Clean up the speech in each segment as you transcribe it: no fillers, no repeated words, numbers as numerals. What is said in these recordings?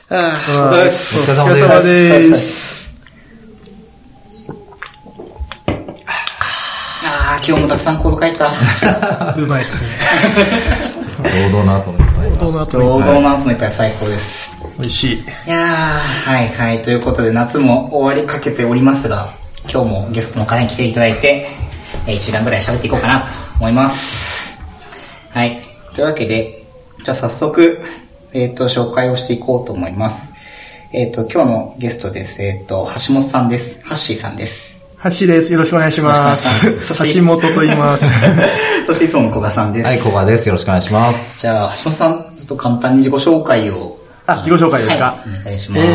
お疲れ様です。 お疲れ様です。 今日もたくさんコード書いた。 うまいっすね。 労働の後の一杯。 労働の後の一杯最高です。 美味しい。 いやはいはい。ということで夏も終わりかけておりますが、今日もゲストの方に来ていただいて、1時間ぐらい喋っていこうかなと思います。はい。というわけで、じゃあ早速、紹介をしていこうと思います。今日のゲストです。橋本さんです。ハッシーさんです。 ハッシーです。よろしくお願いします。橋本と言います。 そしていつもの古賀さんです。 はい、古賀です。よろしくお願いします。 じゃあ、橋本さん、ちょっと簡単に自己紹介を。 自己紹介ですか？ はい、お願いします。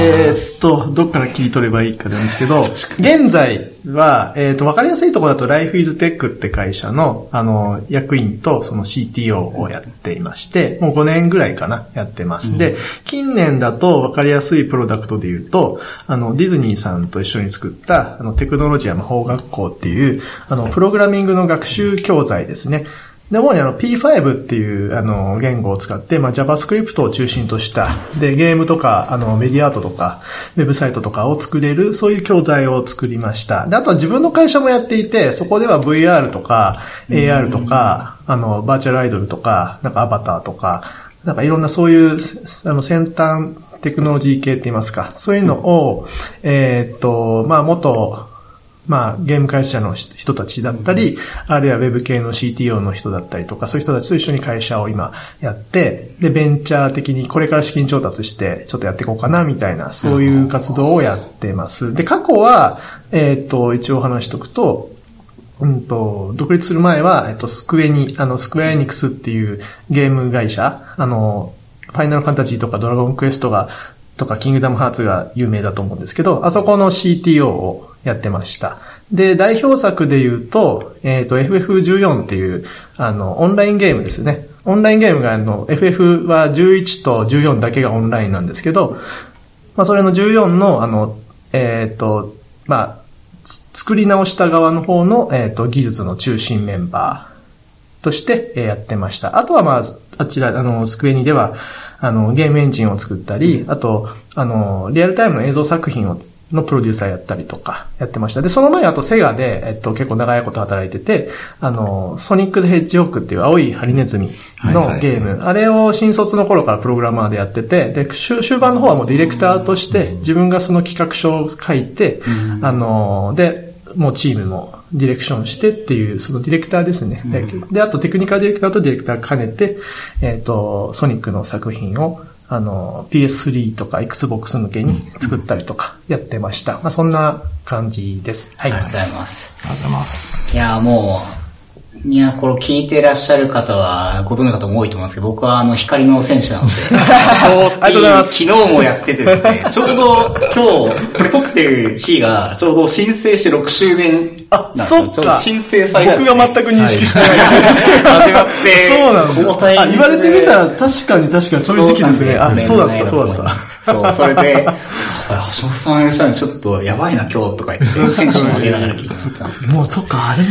どっから切り取ればいいかなんですけど、現在は、わかりやすいところだと Life is Tech って会社の、役員とその CTO をやっていまして、もう5年ぐらいかな、やってます。で、近年だとわかりやすいプロダクトで言うと、ディズニーさんと一緒に作った、テクノロジア魔法学校っていう、プログラミングの学習教材ですね。で、主にP5 っていう言語を使って、JavaScript を中心とした、で、ゲームとか、メディアアートとか、ウェブサイトとかを作れる、そういう教材を作りました。で、あとは自分の会社もやっていて、そこでは VR とか、AR とか、バーチャルアイドルとか、なんかアバターとか、なんかいろんなそういう、先端テクノロジー系って言いますか、そういうのを、ゲーム会社の人たちだったり、あるいはウェブ系の CTO の人だったりとか、そういう人たちと一緒に会社を今やって、で、ベンチャー的にこれから資金調達してちょっとやっていこうかな、みたいな、そういう活動をやってます。で、過去は、一応話しとくと、独立する前は、スクエアエニクスっていうゲーム会社、ファイナルファンタジーとかドラゴンクエストとかキングダムハーツが有名だと思うんですけど、あそこの CTO をやってました。で、代表作で言うと、FF14 っていう、オンラインゲームですね。オンラインゲームがFF は11と14だけがオンラインなんですけど、それの14の作り直した側の方の、技術の中心メンバーとして、やってました。あとはあちら、スクエニでは、ゲームエンジンを作ったり、あと、リアルタイムの映像作品のプロデューサーやったりとかやってました。で、その前あとセガで、結構長いこと働いてて、ソニック・ザ・ヘッジホックっていう青いハリネズミのゲーム、あれを新卒の頃からプログラマーでやってて、で、終盤の方はもうディレクターとして自分がその企画書を書いて、で、もうチームもディレクションしてっていう、そのディレクターですね。で、あとテクニカルディレクターとディレクター兼ねて、ソニックの作品を、PS3 とか Xbox 向けに作ったりとかやってました。そんな感じです。 はい。ありがとうございます。 ありがとうございます。 いや、もう、これ聞いてらっしゃる方はご存知の方も多いと思いますけど、僕は光の戦士なので、 ありがとうございます。 昨日もやっててですね、ちょうど今日、これ撮ってる日が、ちょうど申請して6周年なんですよ。 そっか。 申請された、 僕が全く認識してない。 始まって、 そうなんだ。言われてみたら確かにそういう時期ですね。そうだった。 そう、それで、橋本さんいらっしゃるのちょっとやばいな今日とか言って、選手も上げながら聞いてたんですけど。 もうそっか、あれも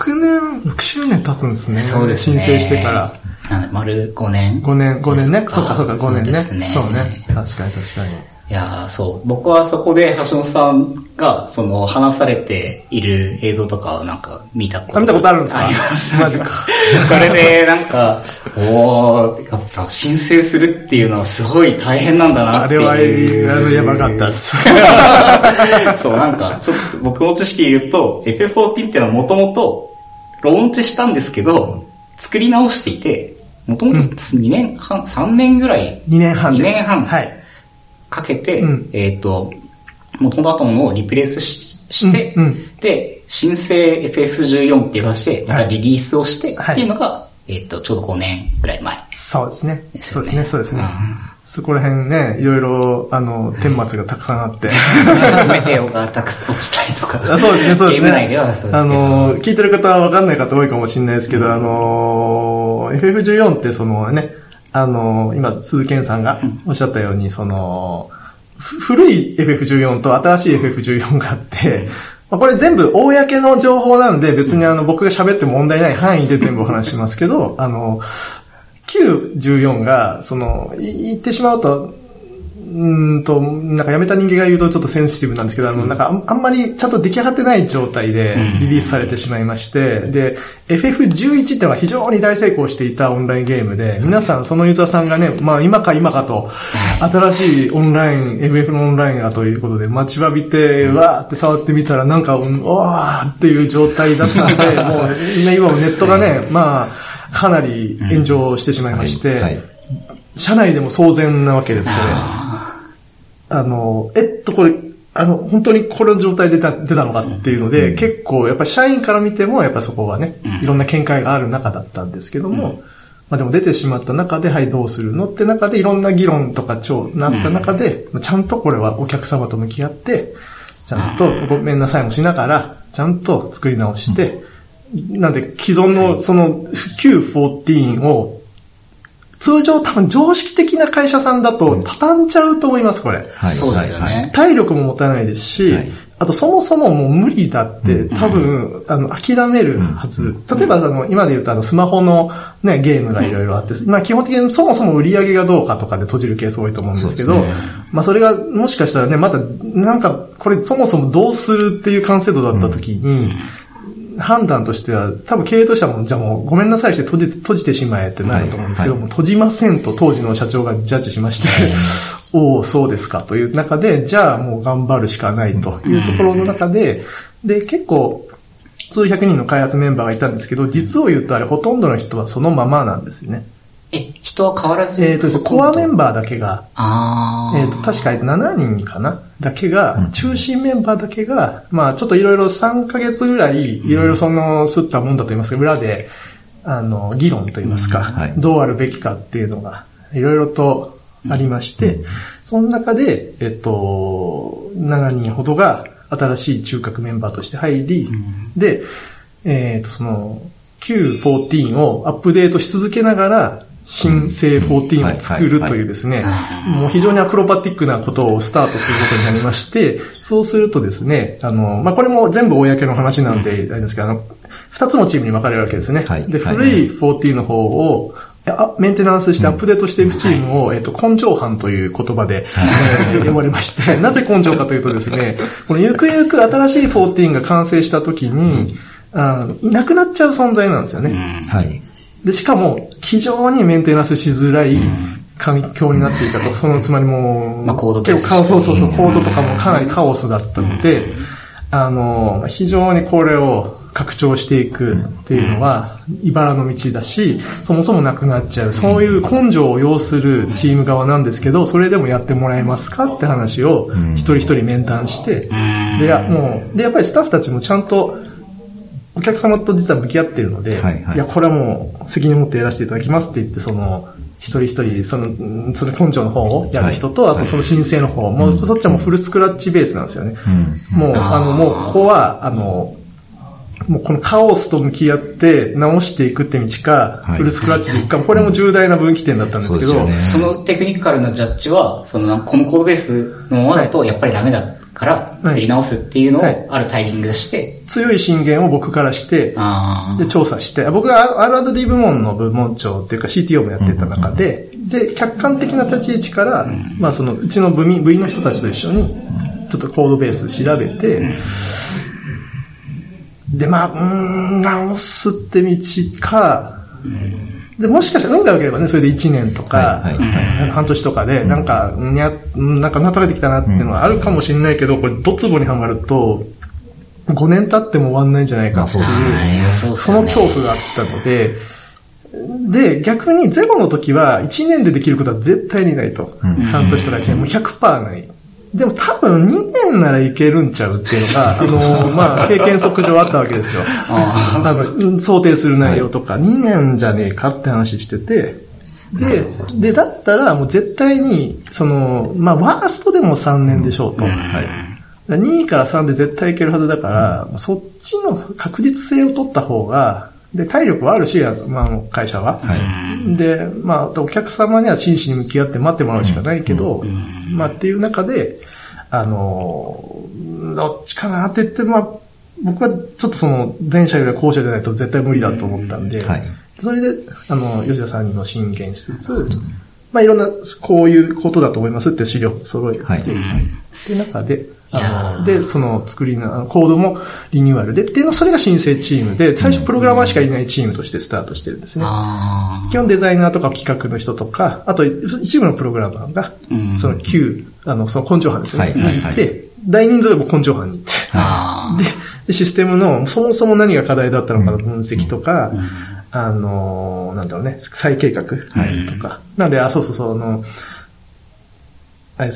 6周年経つんですね。 そうですね。 申請してから。 丸5年。 5年ね。そっか、5年ね。 ですね。 そうね。確かに。 いやそう。僕はそこで橋本さんが、話されている映像とかを見たことあるんですか？ あります。 マジか。 それでやっぱ申請するっていうのはすごい大変なんだなっていう。 あれはやばかったです。 そう、ちょっと僕の知識で言うと、FF14 っていうのはもともと、ローンチしたんですけど、作り直していて、もともと2年半、3年ぐらい。 2年半です。 2年半。 はい。 かけて、もともとあったものをリプレイスして、で、新生 FF14 っていう形で、またリリースをして、っていうのが、ちょうど5年ぐらい前。 そうですね。そうですね。そこら辺ね、いろいろ、顛末がたくさんあって。 メテオがたくさん落ちたりとか。 そうですね。 ゲーム内ではそうですけど。 聞いてる方はわかんない方多いかもしれないですけど、FF14 って今、鈴健さんがおっしゃったように、古い FF14 と新しい FF14 があって、これ全部公の情報なんで、別に僕が喋っても問題ない範囲で全部お話しますけど、旧14が、言ってしまうと、 なんか辞めた人間が言うとちょっとセンシティブなんですけど、なんかあんまりちゃんと出来上がってない状態でリリースされてしまいまして、で、FF11 っていうのは非常に大成功していたオンラインゲームで、皆さん、そのユーザーさんがね、まあ今かと、新しいオンライン、FF のオンラインがということで、待ちわびて、わーって触ってみたら、なんか、おーっていう状態だったので、もう、今もネットがね、まあ、かなり炎上してしまいまして、社内でも騒然なわけです、これ。これ、本当にこの状態で出たのかっていうので、結構、やっぱり社員から見ても、やっぱりそこがね、いろんな見解がある中だったんですけども、まあでも出てしまった中で、はい、どうするのって中で、いろんな議論とかなった中で、ちゃんとこれはお客様と向き合って、ちゃんとごめんなさいもしながら、ちゃんと作り直して、なんで既存のその Q14 を、通常多分常識的な会社さんだと畳んちゃうと思います、これ。 そうですよね。 体力も持たないですし、あとそもそももう無理だって多分、諦めるはず。例えば今で言うとスマホのね、ゲームがいろいろあって、まあ基本的にそもそも売り上げがどうかとかで閉じるケース多いと思うんですけど、まあそれがもしかしたらね、またなんかこれそもそもどうするっていう完成度だった時に、判断としては、多分経営としてはじゃあもうごめんなさいして閉じてしまえってなると思うんですけども、閉じませんと当時の社長がジャッジしまして、おお、そうですかという中で、じゃあもう頑張るしかないというところの中で、で、結構、数百人の開発メンバーがいたんですけど、実を言うとあれほとんどの人はそのままなんですね。 人は変わらずコアメンバーだけが、確か7人かなだけが、中心メンバーだけが、まあちょっといろいろ3ヶ月ぐらい、いろいろ吸ったもんだと言いますか、裏で、議論と言いますか、どうあるべきかっていうのが、いろいろとありまして、その中で、7人ほどが新しい中核メンバーとして入り、で、Q14 をアップデートし続けながら、新生14を作るというですね、もう非常にアクロバティックなことをスタートすることになりまして、そうするとですね、まあ、これも全部公の話なんで、あれですけど、2つのチームに分かれるわけですね。で、古い14の方を、メンテナンスしてアップデートしていくチームを、根性班という言葉で、呼ばれまして、なぜ根性かというとですね、このゆくゆく新しい14が完成した時に、いなくなっちゃう存在なんですよね。で、しかも、非常にメンテナンスしづらい環境になっていたと。つまりもう、 コード結構コードとかもかなりカオスだったので、非常にこれを拡張していくっていうのは、茨の道だし、そもそもなくなっちゃう。そういう根性を要するチーム側なんですけど、それでもやってもらえますかって話を、一人一人面談して、で、やっぱりスタッフたちもちゃんと、お客様と実は向き合っているので、いや、これはもう責任を持ってやらせていただきますって言って、一人一人、その根性の方をやる人と、あとその申請の方も、そっちはもうフルスクラッチベースなんですよね。もう、もうここは、もうこのカオスと向き合って直していくって道か、フルスクラッチでいくか、これも重大な分岐点だったんですけど、 そのテクニカルなジャッジは、このコードベースのままだとやっぱりダメだから作り直すっていうのをあるタイミングでして、 強い進言を僕からして、で、調査して、僕が R&D 部門の部門長っていうか CTO もやってた中で、で、客観的な立ち位置から、まあうちの部員の人たちと一緒に、ちょっとコードベース調べて、で、まあ、直すって道か、で、もしかしたら運が良ければね、それで1年とか、半年とかで、なんかなんとかできたなっていうのはあるかもしれないけど、これ、ドツボにはまると、5年経っても終わんないんじゃないかっていう、その恐怖があったので、で、逆にゼロの時は1年でできることは絶対にないと。半年とか1年、もう 100% ない。でも多分2年ならいけるんちゃうっていうのが、まあ、経験則上あったわけですよ。想定する内容とか、2年じゃねえかって話してて、で、だったらもう絶対に、まあ、ワーストでも3年でしょうと。2位から3で絶対いけるはずだから、そっちの確実性を取った方が、で、体力はあるし、まあ、会社は。で、まあ、お客様には真摯に向き合って待ってもらうしかないけど、まあ、っていう中で、どっちかなって言って、まあ、僕はちょっと前者よりは後者でないと絶対無理だと思ったんで、それで、吉田さんにも進言しつつ、 いろんな、こういうことだと思いますって資料を揃えて、 はい。 で、中で、で、その作りの、コードもリニューアルでっていうの、それが新生チームで、最初プログラマーしかいないチームとしてスタートしてるんですね。基本デザイナーとか企画の人とか、あと一部のプログラマーが、そのその根性班ですね。で、大人数でも根性班に行って、で、システムの、そもそも何が課題だったのかの分析とか、なんだろうね、再計画とか。なんで、あれです。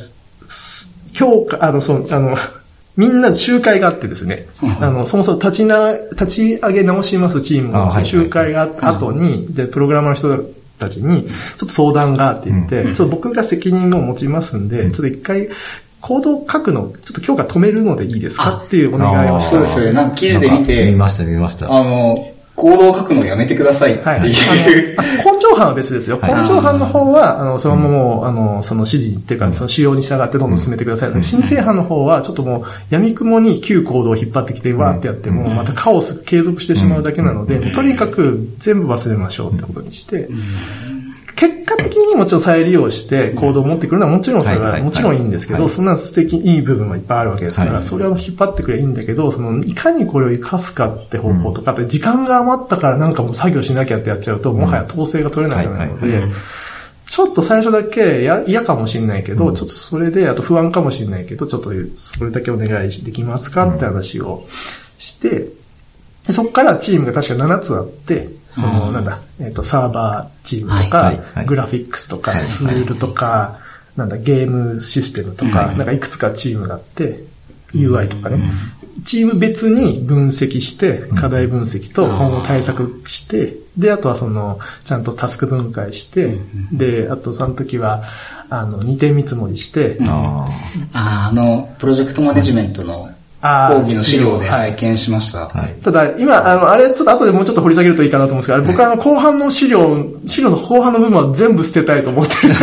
今日、みんな集会があってですね、そもそも立ち上げ直しますチームの集会があった後に、で、プログラマーの人たちに、ちょっと相談があって言って、ちょっと僕が責任を持ちますんで、ちょっと一回、コードを書くの、ちょっと今日から止めるのでいいですかっていうお願いをした。 そうです。なんか記事で見て、 見ました。 コードを書くのをやめてくださいっていう。 根性班は別ですよ。根性班の方は、そのもう、その指示っていうか、その仕様に従ってどんどん進めてください。新生班の方は、ちょっともう、闇雲に旧コードを引っ張ってきて、わーってやっても、またカオス継続してしまうだけなので、とにかく全部忘れましょうってことにして、結果的にもちろん再利用してコードを持ってくるのはもちろんそれはもちろんいいんですけど、そんな素敵、いい部分はいっぱいあるわけですから、それを引っ張ってくればいいんだけど、いかにこれを活かすかって方法とか、時間が余ったからなんかもう作業しなきゃってやっちゃうと、もはや統制が取れなくなるので、ちょっと最初だけ嫌かもしれないけど、ちょっとそれで、あと不安かもしれないけど、ちょっとそれだけお願いできますかって話をして、そこからチームが確か7つあって、サーバーチームとか、グラフィックスとか、ツールとか、ゲームシステムとか、いくつかチームがあって、UI とかね。チーム別に分析して、課題分析と今後対策して、で、あとはちゃんとタスク分解して、で、あとその時は、2点見積もりして、 プロジェクトマネジメントの、講義の資料で拝見しました。 ただ、今、あれ、ちょっと後でもうちょっと掘り下げるといいかなと思うんですけど、僕は後半の資料の後半の部分は全部捨てたいと思ってる。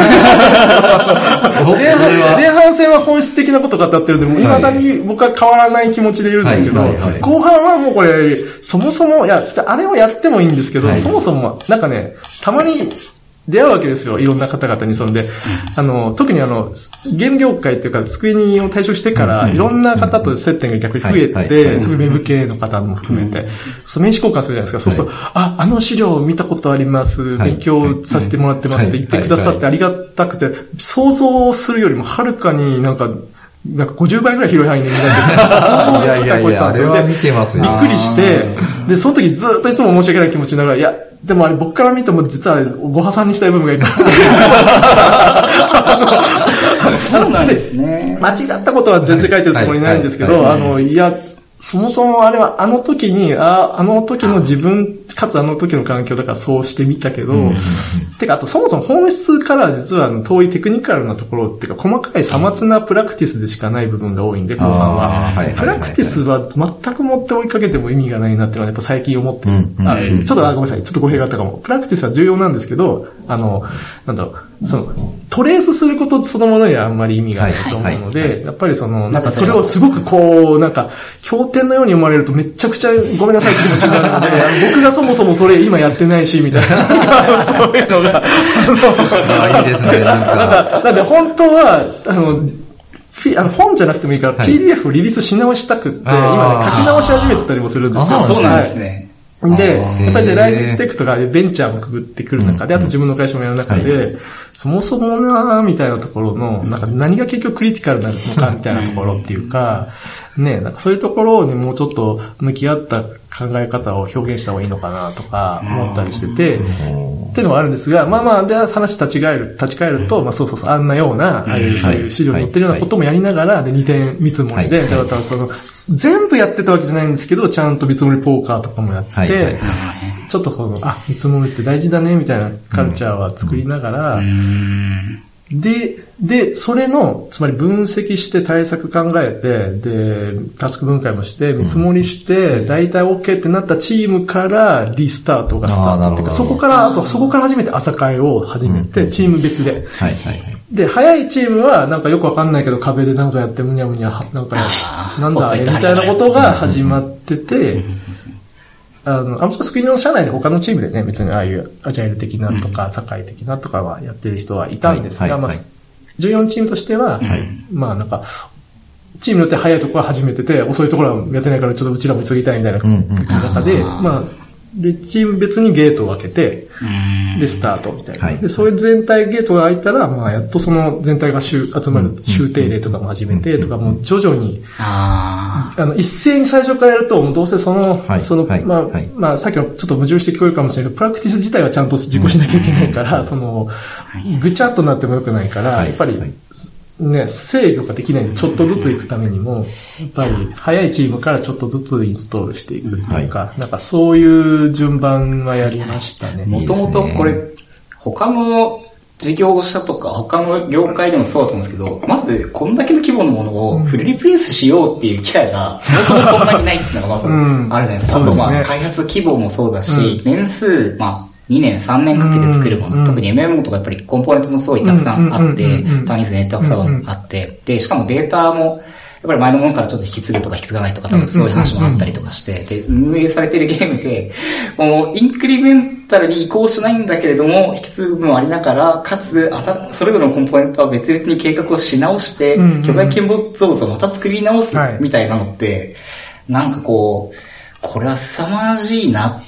前半戦は本質的なことが当たってるんで、もう未だに僕は変わらない気持ちでいるんですけど、後半はもうこれ、そもそも、あれをやってもいいんですけど、そもそも、たまに、出会うわけですよ。いろんな方々に。そんで、特にゲーム業界っていうか、スクエニを退職してから、いろんな方と接点が逆に増えて、特にウェブ系の方も含めて、名刺交換するじゃないですか。そうすると、あの資料見たことあります。勉強させてもらってますって言ってくださってありがたくて、想像するよりもはるかに50倍ぐらい広い範囲で見られて想像が高いこいつなんですよ。 あれは見てますよ。 びっくりして、で、その時ずっといつも申し訳ない気持ちながら、でもあれ僕から見ても実はご破産にしたい部分がいっぱいある。 そうなんですね。 間違ったことは全然書いてるつもりないんですけど、そもそもあれはあの時の自分、かつあの時の環境だからそうしてみたけど、てかあとそもそも本質から実は遠いテクニカルなところっていうか細かいさまつなプラクティスでしかない部分が多いんで、後半は。プラクティスは全く持って追いかけても意味がないなっていうのはやっぱ最近思ってる。ちょっとごめんなさい。ちょっと語弊があったかも。プラクティスは重要なんですけど、トレースすることそのものにはあんまり意味がないと思うので、やっぱりそれをすごく経典のように思われるとめちゃくちゃごめんなさいって気持ちになるので、僕がそもそもそれ今やってないし、みたいな、そういうのが。 いいですね、 なんで本当は、本じゃなくてもいいから PDF をリリースし直したくって、今ね、書き直し始めてたりもするんですよ。 そうなんですね。 で、やっぱりライブステックとかベンチャーもくぐってくる中で、あと自分の会社もやる中で、そもそもなみたいなところの、何が結局クリティカルなのかみたいなところっていうか、そういうところにもうちょっと向き合った考え方を表現した方がいいのかなとか思ったりしてて、っていうのはあるんですが、で、話立ち返ると、そう、あんなような、そういう資料に載ってるようなこともやりながら、で、2点見積もりで、だから全部やってたわけじゃないんですけど、ちゃんと見積もりポーカーとかもやって、ちょっと見積もりって大事だね、みたいなカルチャーは作りながら、で、それの、つまり分析して対策考えて、で、タスク分解もして、見積もりして、大体 OK ってなったチームからリスタートがスタートっていうか、そこから初めて朝会を始めて、チーム別で。で、早いチームは、よくわかんないけど壁でやってむにゃむにゃ、なんだあれみたいなことが始まってて、 もちろんスクリーンの社内で他のチームでね、別にああいうアジャイル的なとか、社会的なとかはやってる人はいたんですが、まあ、14チームとしては、まあなんか、チームによって早いところは始めてて、遅いところはやってないからちょっとうちらも急ぎたいみたいな中で、まあ、で、チーム別にゲートを開けて、で、スタートみたいな。で、それ全体ゲートが開いたら、まあ、やっとその全体が集まる集定例とかも始めて、とかもう徐々に、一斉に最初からやると、もうどうせまあ、さっきはちょっと矛盾して聞こえるかもしれないけど、プラクティス自体はちゃんと実行しなきゃいけないから、ぐちゃっとなってもよくないから、やっぱり、ね、制御ができないんで、ちょっとずつ行くためにも、やっぱり、早いチームからちょっとずつインストールしていくっていうか、なんかそういう順番はやりましたね。 もともとこれ、他の事業者とか、他の業界でもそうだと思うんですけど、まず、こんだけの規模のものをフルリプレイスしようっていう機会が、そもそもそんなにないっていうのがまずあるじゃないですか。あとまあ、開発規模もそうだし、年数、まあ、2年、3年かけて作るもの、特に MMO とかやっぱりコンポーネントもすごいたくさんあって、単位数ネットワークサーバーもあって、で、しかもデータも、やっぱり前のものからちょっと引き継ぐとか引き継がないとか多分そういう話もあったりとかして、で、運営されているゲームで、もうインクリメンタルに移行しないんだけれども、引き継ぐ部分もありながら、かつ、それぞれのコンポーネントは別々に計画をし直して、巨大建造物をまた作り直すみたいなのって、なんかこれは凄まじいなって、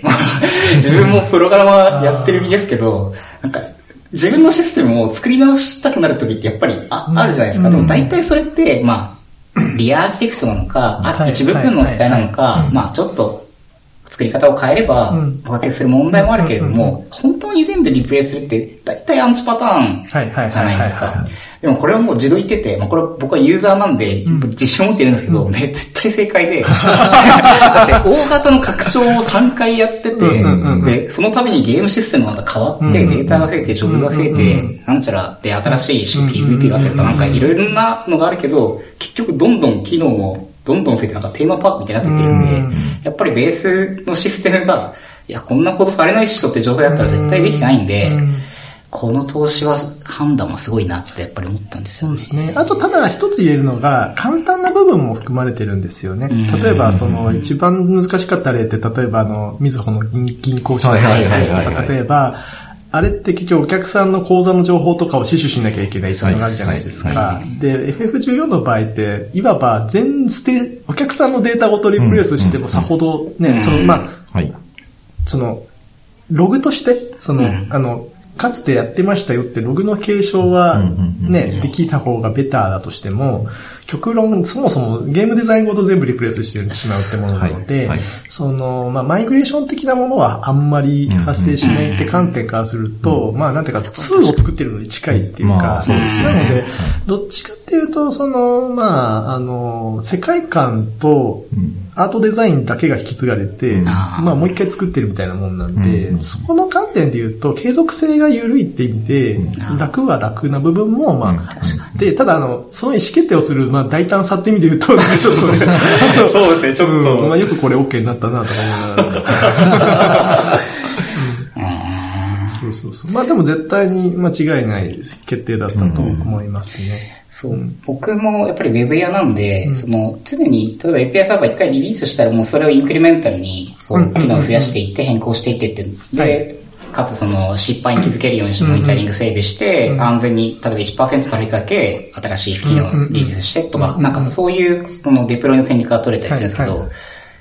自分もプログラマーやってる身ですけど、なんか、自分のシステムを作り直したくなるときってやっぱりあるじゃないですか。でも大体それって、まあ、リアアーキテクトなのか、一部分の機械なのか、まあちょっと作り方を変えれば、おかけする問題もあるけれども、本当に全部リプレイするって大体アンチパターンじゃないですか。でもこれはもう自動言ってて、まあこれ僕はユーザーなんで自信を持っているんですけど、絶対正解で、だって大型の拡張を3回やってて、で、その度にゲームシステムがまた変わって、データが増えて、ジョブが増えて、なんちゃらで新しい PVP があったりとか、なんかいろいろなのがあるけど、結局どんどん機能もどんどん増えて、なんかテーマパークみたいになってってるんで、やっぱりベースのシステムが、いや、こんなことされないっしょって状態だったら絶対できないんで、この投資は、判断はすごいなってやっぱり思ったんですよね。 そうですね。あと、ただ一つ言えるのが、簡単な部分も含まれてるんですよね。例えば、一番難しかった例って、例えば、みずほの銀行システムですとか、例えば、あれって結局お客さんの口座の情報とかを死守しなきゃいけないっていうのがあるじゃないですか。で、FF14 の場合って、いわばお客さんのデータごとリプレイスしてもさほどね、ログとして、かつてやってましたよってログの継承はね、できた方がベターだとしても、極論、そもそもゲームデザインごと全部リプレイスしてしまうってものなので、マイグレーション的なものはあんまり発生しないって観点からすると、なんていうか、2を作ってるのに近いっていうか、そうですね。なので、どっちかっていうと、世界観とアートデザインだけが引き継がれて、もう一回作ってるみたいなもんなんで、そこの観点で言うと、継続性が緩いって意味で、楽は楽な部分も、で、ただその意思決定をする、大胆さって意味で言うと、ちょっとね、 そうですね、ちょっと。 よくこれ OK になったなとか思いながら。そう。でも絶対に間違いない決定だったと思いますね。 そう。僕もやっぱり Web 屋なんで、常に、例えば API サーバー一回リリースしたらもうそれをインクリメンタルに、機能を増やしていって変更していってって、で、かつ失敗に気づけるようにしてモニタリング整備して、安全に、例えば 1% 足りただけ新しい機能をリリースしてとか、なんかそういうデプロイの戦略が取れたりするんですけど、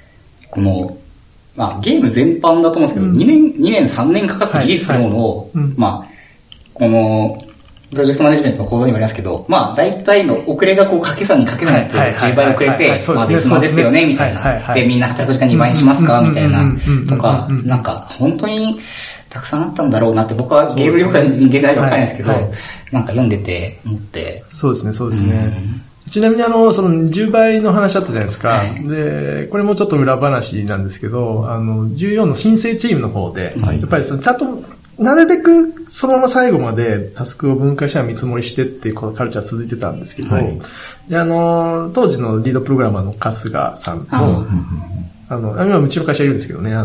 ゲーム全般だと思うんですけど、2年、3年かかってリリースするものを、この、プロジェクトマネジメントの講座にもありますけど、大体の遅れが掛け算に掛け算になって10倍遅れて、別間ですよね、みたいな。で、みんな働く時間2倍にしますかみたいな、とか、なんか、本当にたくさんあったんだろうなって、僕はゲーム業界の人間がわかんないですけど、なんか読んでて、思って。 そうですね。ちなみに10倍の話あったじゃないですか。で、これもちょっと裏話なんですけど、14の申請チームの方で、やっぱりちゃんと、なるべくそのまま最後までタスクを分解したら見積もりしてっていうカルチャー続いてたんですけど、で、当時のリードプログラマーの春日さんと、今うちの会社いるんですけどね、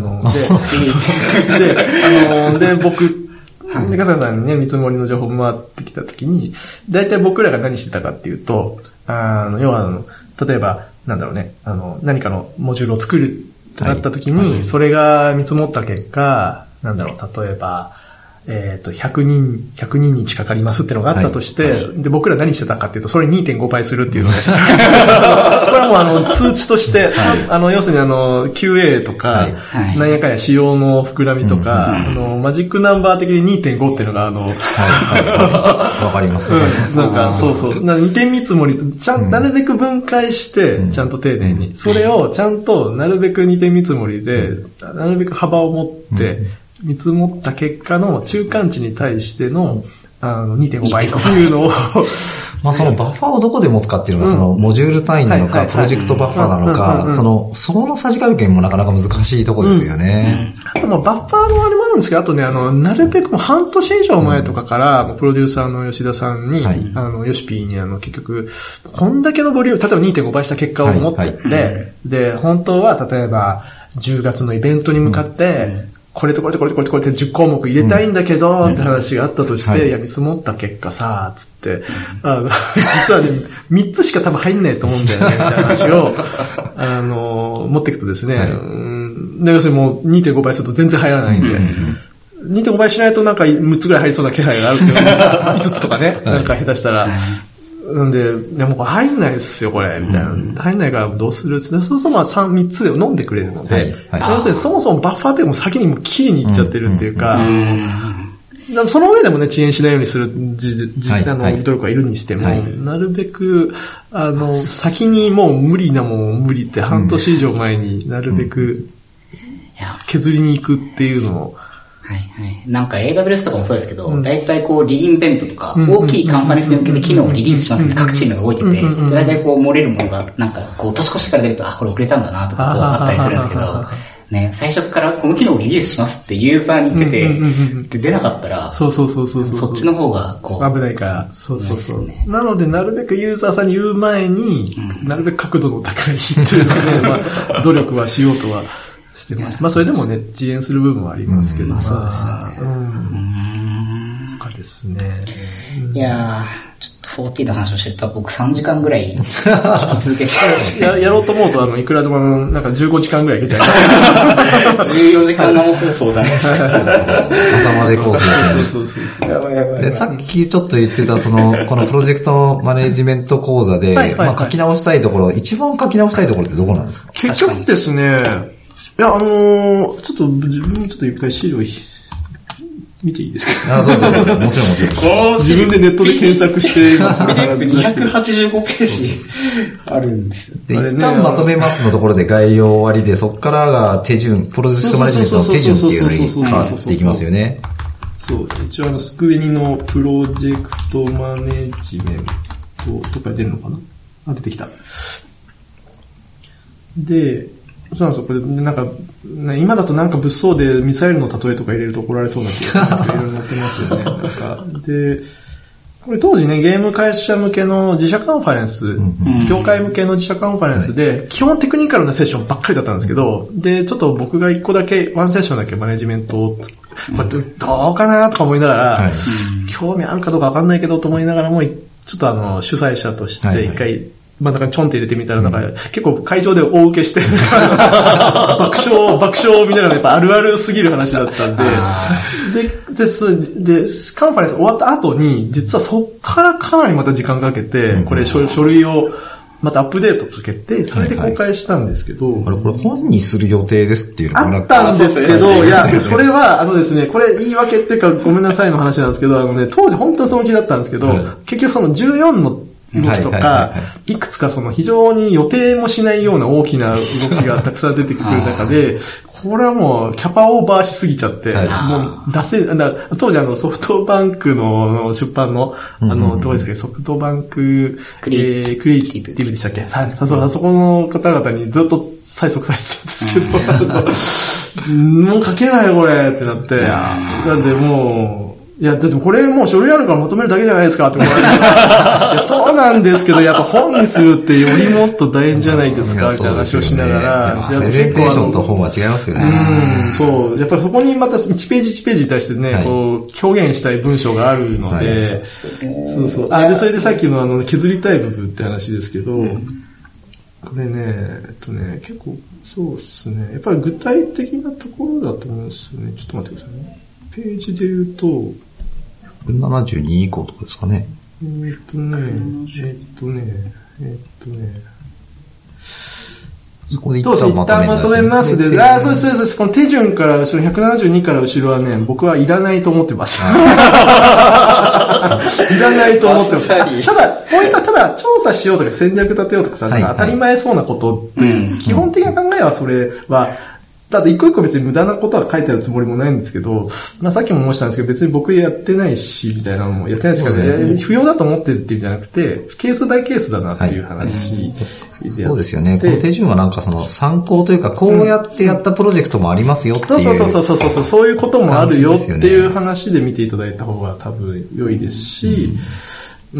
で、僕、で、春日さんにね、見積もりの情報回ってきたときに、大体僕らが何してたかっていうと、要は例えば、何かのモジュールを作るってなった時に、それが見積もった結果、なんだろう、例えば、100人にかかりますってのがあったとして、で、僕ら何してたかっていうと、それ 2.5 倍するっていうのをやってます。これはもう通知として、要するにQA とか、なんやかんや仕様の膨らみとか、マジックナンバー的に 2.5 っていうのがわかります。 なんか、そうそう。2点見積もり、なるべく分解して、ちゃんと丁寧に。それをちゃんと、なるべく2点見積もりで、なるべく幅を持って、見積もった結果の中間値に対しての、2.5 倍というのをまあそのバッファーをどこで持つかっていうのが、そのモジュール単位なのか、プロジェクトバッファーなのか、そのさじ加減もなかなか難しいところですよね。 あとバッファーのあれもあるんですけど、あとね、なるべくもう半年以上前とかから、プロデューサーの吉田さんに、ヨシピーに結局、こんだけのボリューム、例えば 2.5 倍した結果を持ってって、で、本当は例えば、10月のイベントに向かって、これとこれとこれとこれとこれって10項目入れたいんだけど、って話があったとして、いや、見積もった結果さ、つって、実はね、3つしか多分入んないと思うんだよね、みたいな話を、持っていくとですね、要するにもう 2.5 倍すると全然入らないんで、2.5 倍しないとなんか6つぐらい入りそうな気配があるけど、5つとかね、なんか下手したら、なんで、いやもうこれ入んないですよ、これ、みたいな。入んないからどうするって。そうすると3つで飲んでくれるので、要するにそもそもバッファーってもう先にもう切りに行っちゃってるっていうか、その上でもね、遅延しないようにする、努力はいるにしても、なるべく、先にもう無理なもん無理って半年以上前になるべく削りに行くっていうのを、 なんか AWS とかもそうですけど、だいたいこうリインベントとか、大きいカンファレンスに向けて機能をリリースしますね。各チームが動いてて、だいたいこう漏れるものが、なんかこう年越しから出ると、これ遅れたんだなとかこうあったりするんですけど、ね、最初からこの機能をリリースしますってユーザーに言ってて、で出なかったら、そっちの方がこう。 危ないから。なので、なるべくユーザーさんに言う前に、なるべく角度の高いっていうので、努力はしようとは。してます。それでもね、遅延する部分はありますけど。 そうですよね。 かですね。 いやー、ちょっと40の話をしてた僕3時間ぐらい聞き続けてやろうと思うと、いくらでもなんか15時間ぐらいいけちゃいます。 14時間生放送じゃないですか。 朝までコースそう。 やばい。で、さっきちょっと言ってた、このプロジェクトマネジメント講座で、書き直したいところ、一番書き直したいところってどこなんですか？ 結局ですね、いや、ちょっと自分ちょっと一回資料見ていいですか？ どうぞ。もちろん。 自分でネットで検索して、 285ページあるんですよ。 で、一旦まとめますのところで概要終わりで、そこからが手順、プロジェクトマネジメントの手順っていうのに変わっていきますよね。 そう。一応スクエニのプロジェクトマネジメントとか出るのかな？出てきた。で、そうなんですよ。これ、なんか、今だとなんか物騒でミサイルの例えとか入れると怒られそうな気がするんですけど、いろいろ載ってますよね。なんか、で、これ当時ね、ゲーム会社向けの自社カンファレンス、業界向けの自社カンファレンスで、基本テクニカルなセッションばっかりだったんですけど、で、ちょっと僕が一個だけ、ワンセッションだけマネジメントを、こうやってどうかなとか思いながら、興味あるかどうかわかんないけどと思いながらも、ちょっと主催者として一回、真ん中にちょんって入れてみたら、なんか、結構会場で大受けして、爆笑を見ながらやっぱあるあるすぎる話だったんで、で、カンファレンス終わった後に、実はそっからかなりまた時間かけて、これ書類をまたアップデートかけて、それで公開したんですけど。 これ本にする予定ですっていうのかな？ あったんですけど、いや、それは、ですね、これ言い訳っていうかごめんなさいの話なんですけど、当時本当にその気だったんですけど、結局その14の動きとか、いくつかその非常に予定もしないような大きな動きがたくさん出てくる中で、これはもうキャパオーバーしすぎちゃって、もう当時ソフトバンクの出版の、どうですか、ソフトバンク、クリエイティブでしたっけ？そう、そこの方々にずっと催促されてたんですけど、もう書けないこれってなって、なんでもう、いや、だってこれもう書類あるからまとめるだけじゃないですかって言われて。いや、そうなんですけど、やっぱ本にするってよりもっと大変じゃないですか、みたいな話をしながら。 プレゼンテーションと本は違いますよね。 そう。やっぱりそこにまた1ページ1ページに対してね、こう、表現したい文章があるので、そう。で、それでさっきの削りたい部分って話ですけど、 これね、結構、そうですね。やっぱり具体的なところだと思うんですよね。ちょっと待ってくださいね。ページで言うと、 172以降とかですかね。そこで一旦まとめますで、そうです。この手順から後ろ、172から後ろはね、僕はいらないと思ってます。いらないと思ってます。ただ、ポイントはただ、調査しようとか戦略立てようとかさ、当たり前そうなことという、基本的な考えはそれは、ただ一個一個別に無駄なことは書いてあるつもりもないんですけど、まあさっきも申したんですけど、別に僕やってないし、みたいなのもやってないですからね、不要だと思ってるっていうんじゃなくて、ケースバイケースだなっていう話で。そうですよね。この手順はなんかその参考というか、こうやってやったプロジェクトもありますよっていう。 そういうこともあるよっていう話で見ていただいた方が多分良いですし、あ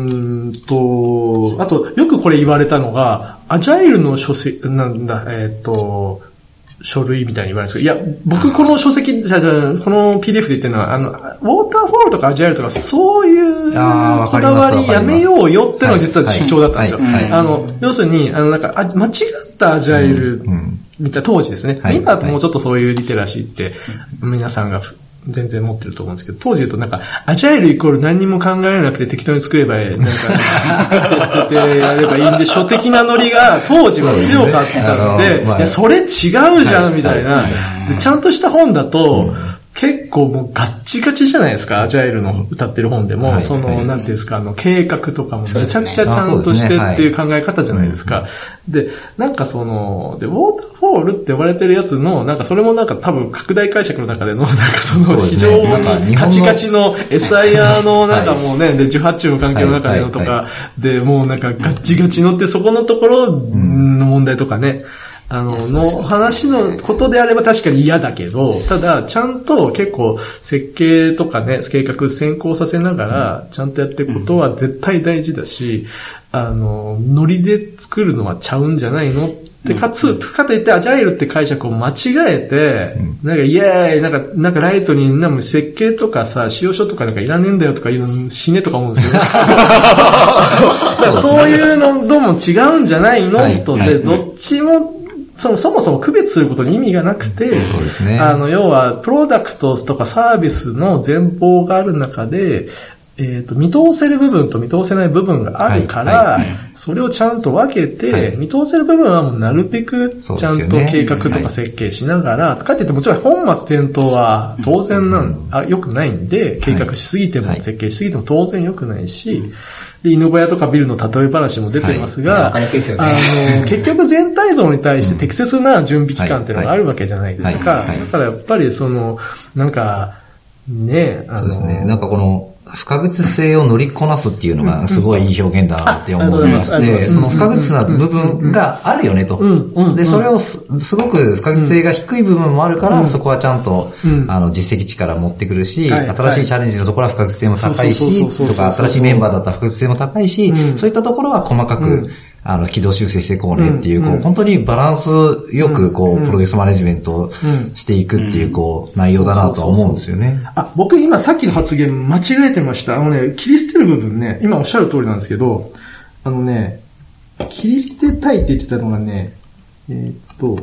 と、よくこれ言われたのが、アジャイルの書籍、書類みたいに言われるんですけど、いや、僕この書籍、この PDF で言ってるのは、ウォーターフォールとかアジャイルとか、そういうこだわりやめようよっていうのが実は主張だったんですよ。要するに、間違ったアジャイル、みたいな当時ですね。今もうちょっとそういうリテラシーって、皆さんが全然持ってると思うんですけど、当時言うとなんか、アジャイルイコール何にも考えなくて適当に作れば、なんか、作って捨ててやればいいんでしょ的なノリが当時は強かったので、いや、それ違うじゃんみたいな。で、ちゃんとした本だと、結構もうガッチガチじゃないですか、アジャイルの歌ってる本でも、なんていうんですか、計画とかもめちゃくちゃちゃんとしてっていう考え方じゃないですか。で、なんかで、ウォーターフォールって呼ばれてるやつの、なんかそれもなんか多分拡大解釈の中での、なんか非常にカチカチの SIR のなんかもうね、で、受発注の関係の中でのとか、で、もうなんかガッチガチのってそこのところの問題とかね、の話のことであれば確かに嫌だけど、ただ、ちゃんと結構設計とかね、計画先行させながら、ちゃんとやっていくことは絶対大事だし、ノリで作るのはちゃうんじゃないので、かといってアジャイルって解釈を間違えて、なんかイエーイ、なんかライトに設計とかさ、使用書とかなんかいらねえんだよとかいうの死ねとか思うんですけど、そういうのどうも違うんじゃないのとで、どっちも、そもそも区別することに意味がなくて、 そうですね。 要は、プロダクトとかサービスの前方がある中で、見通せる部分と見通せない部分があるから、それをちゃんと分けて、見通せる部分はもうなるべくちゃんと計画とか設計しながら、かって言ってもちろん本末転倒は当然良くないんで、計画しすぎても設計しすぎても当然良くないし、で、犬小屋とかビルの例え話も出てますが、結局全体像に対して適切な準備期間っていうのがあるわけじゃないですか。だからやっぱりなんか、ね、 そうですね。なんかこの、不確実性を乗りこなすっていうのがすごいいい表現だなって思いまして、その不確実な部分があるよねと。で、それをすごく不確実性が低い部分もあるから、そこはちゃんと、実績値から持ってくるし、新しいチャレンジのところは不確実性も高いし、とか、新しいメンバーだったら不確実性も高いし、そういったところは細かく、軌道修正していこうねっていう、本当にバランスよく、プロジェクトマネジメントしていくっていう、内容だなとは思うんですよね。 僕今さっきの発言間違えてました。切り捨てる部分ね、今おっしゃる通りなんですけど、切り捨てたいって言ってたのがね、ど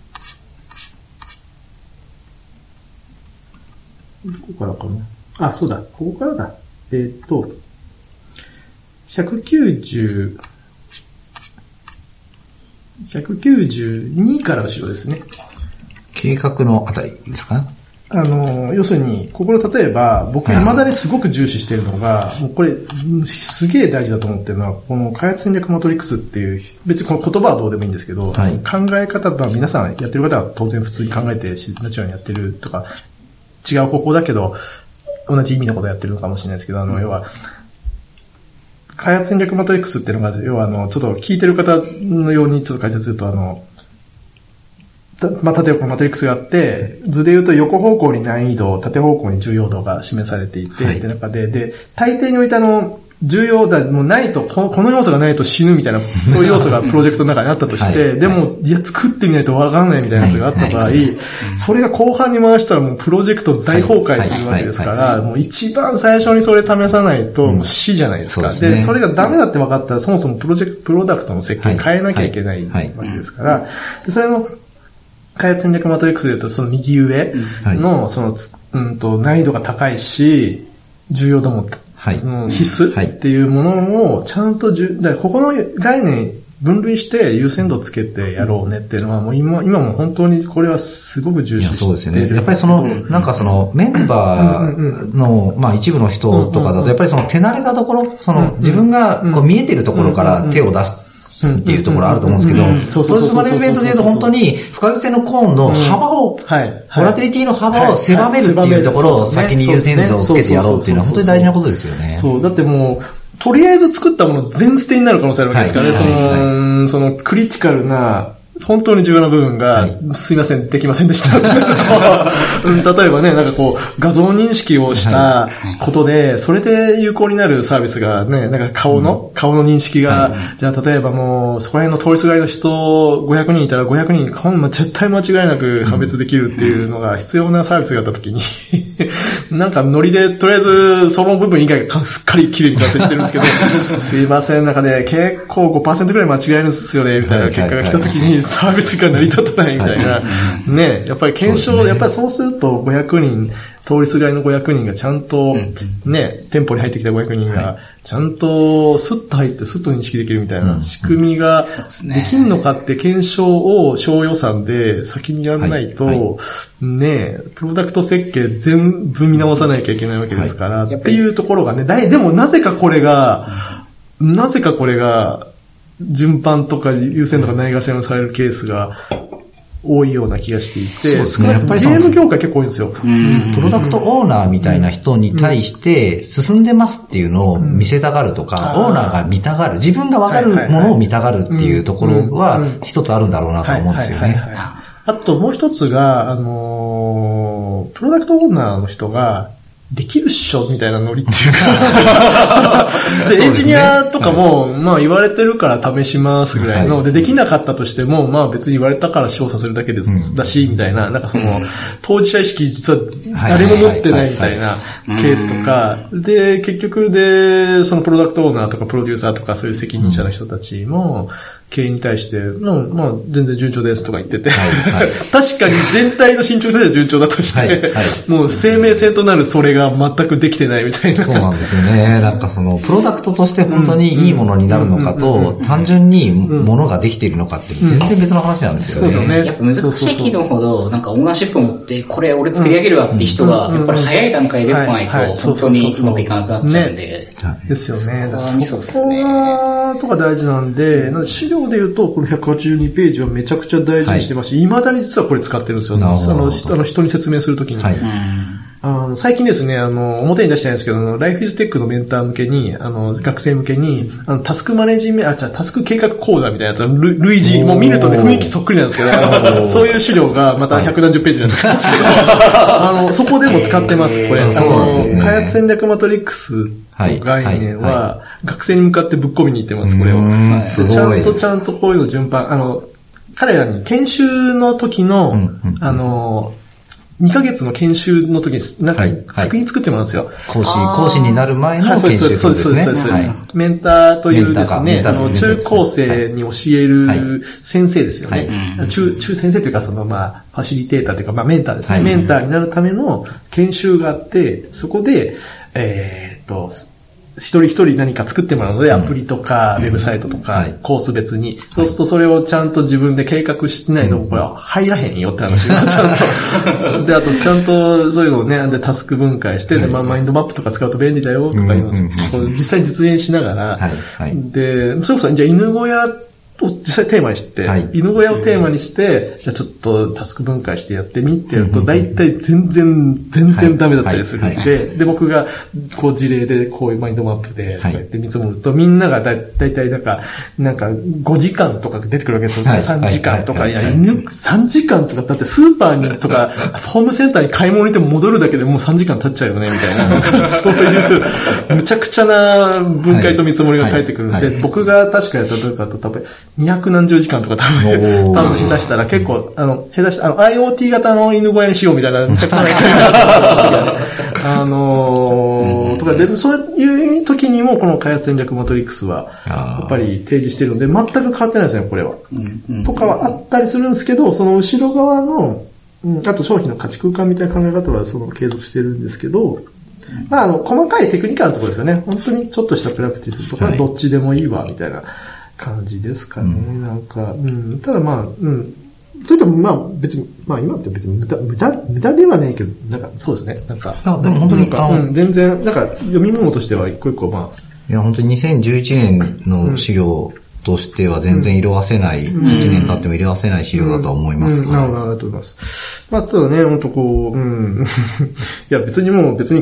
こからかな。そうだ、ここからだ。192から後ろですね。 計画のあたりですか？ 要するに、ここの例えば、僕未だにすごく重視しているのが、もうこれ、すげえ大事だと思ってるのは、この開発戦略マトリックスっていう、別にこの言葉はどうでもいいんですけど、考え方は皆さんやってる方は当然普通に考えて、ナチュラルにやってるとか、違う方法だけど、同じ意味のことをやってるのかもしれないですけど、要は、開発戦略マトリックスっていうのが、要はちょっと聞いてる方のようにちょっと解説すると、例えばこのマトリックスがあって、図で言うと横方向に難易度、縦方向に重要度が示されていて、って中で、大抵において重要だ、もうないと、この要素がないと死ぬみたいな、そういう要素がプロジェクトの中にあったとして、でも、いや、作ってみないとわかんないみたいなやつがあった場合、それが後半に回したらもうプロジェクト大崩壊するわけですから、もう一番最初にそれ試さないと、もう死じゃないですか。で、それがダメだって分かったら、そもそもプロダクトの設計変えなきゃいけないわけですから、それの、開発戦略マトリックスで言うと、その右上の、その、難易度が高いし、重要度も、その必須っていうものをちゃんとここの概念分類して優先度つけてやろうねっていうのはもう今も本当にこれはすごく重視してる。 そうですよね。やっぱりその、なんかそのメンバーの、まあ一部の人とかだと、やっぱりその手慣れたところ、その自分がこう見えてるところから手を出す。っていうところあると思うんですけど、プロセスマネジメントで言うと本当に不確実性のコーンの幅を、ボラティリティの幅を狭めるっていうところを先に優先度をつけてやろうっていうのは本当に大事なことですよね。 そう、だってもう、とりあえず作ったもの全捨てになる可能性あるわけですからね、そのクリティカルな、本当に重要な部分が、すいません、できませんでしたってなると、例えばね、なんかこう、画像認識をしたことで、それで有効になるサービスがね、なんか顔の認識が、じゃあ例えばもう、そこら辺の通りすがりの人500人いたら500人顔絶対間違いなく判別できるっていうのが必要なサービスがあったときに、なんかノリで、とりあえずその部分以外がすっかり綺麗に完成してるんですけど、すいません、なんかね、結構 5% くらい間違えるんですよね、みたいな結果が来たときに、サービスが成り立たないみたいな。ね、やっぱり検証、やっぱりそうすると500人、通りすがりの500人がちゃんと、ね、店舗に入ってきた500人が、ちゃんとスッと入ってスッと認識できるみたいな仕組みができんのかって検証を小予算で先にやらないと、ね、プロダクト設計全部見直さなきゃいけないわけですから、っていうところがね、でもなぜかこれが、順番とか優先とかないがしらにされるケースが多いような気がしていて、そうですね、やっぱりゲーム業界結構多いんですよ。 プロダクトオーナーみたいな人に対して進んでますっていうのを見せたがるとか、オーナーが見たがる、自分がわかるものを見たがるっていうところは一つあるんだろうなと思うんですよね。 あともう一つが、プロダクトオーナーの人が、できるっしょみたいなノリっていうかで、エンジニアとかも、まあ言われてるから試しますぐらいの、で、できなかったとしても、まあ別に言われたから調査するだけです、だし、みたいな、なんかその、当事者意識実は誰も持ってないみたいなケースとか、で、結局で、そのプロダクトオーナーとかプロデューサーとかそういう責任者の人たちも、経営に対して、まあ、全然順調ですとか言ってて、確かに全体の進捗性は順調だとして、もう生命線となるそれが全くできてないみたいな。 そうなんですよね。なんかその、プロダクトとして本当にいいものになるのかと、単純にものができているのかって全然別の話なんですよね。 そうですね。やっぱ難しい企業ほど、なんかオーナーシップを持って、これ俺作り上げるわって人が、やっぱり早い段階で出てこないと、本当にうまくいかなくなっちゃうんで。 ですよね。 そことか大事なんで、資料で言うと、この182ページはめちゃくちゃ大事にしてますし、未だに実はこれ使ってるんですよ。人に説明するときに。最近ですね、表に出してないんですけど、ライフイズテックのメンター向けに、学生向けに、タスクマネジメント、タスク計画講座みたいなやつは、類似、もう見るとね、雰囲気そっくりなんですけど、そういう資料がまた100何十ページなんですけど、そこでも使ってます、これ。開発戦略マトリックスと概念は、学生に向かってぶっ込みに行ってます、これを。ちゃんとこういうの順番、彼らに研修の時の、2ヶ月の研修の時に、なんか、作品作ってもらうんですよ。 講師になる前の研修ですね。 そうです。メンターというですね、中高生に教える先生ですよね。中先生というか、ファシリテーターというか、メンターですね。メンターになるための研修があって、そこで、一人一人何か作ってもらうので、アプリとか、ウェブサイトとか、コース別に。そうするとそれをちゃんと自分で計画してないと、これは入らへんよって話がちゃんと。で、あとちゃんとそういうのをね、で、タスク分解して、で、マインドマップとか使うと便利だよとか言います。実際に実演しながら、で、それこそ、じゃあ犬小屋を実際テーマにして、犬小屋をテーマにして、じゃあちょっとタスク分解してやってみってやると、大体全然ダメだったりするんで、で、僕がこう事例でこういうマインドマップで、とかやって見積もると、みんなが大体なんか5時間とか出てくるわけですよ。3時間とか、3時間とか、だってスーパーにとか、ホームセンターに買い物に行って戻るだけでもう3時間経っちゃうよね、みたいな。そういう、むちゃくちゃな分解と見積もりが返ってくるんで、僕が確かやったとかと多分、200何十時間とか多分下手したら結構、下手した、IoT 型の犬小屋にしようみたいな、めちゃくちゃなとかで、そういう時にもこの開発戦略マトリックスは、やっぱり提示してるので、全く変わってないですね、これは。とかはあったりするんですけど、その後ろ側の、あと商品の価値空間みたいな考え方はその継続してるんですけど、細かいテクニカルなところですよね。本当にちょっとしたプラクティスとかどっちでもいいわ、みたいな感じですかね。なんか、ただといっても別に、今って別に無駄ではないけど、なんかそうですね。なんか、 でも本当に全然、なんか読み物としては一個一個いや、本当に2011年の資料としては全然色褪せない、1年経っても色褪せない資料だとは思います。 なるほど、ありがとうございます。ただね、本当こう、いや別に、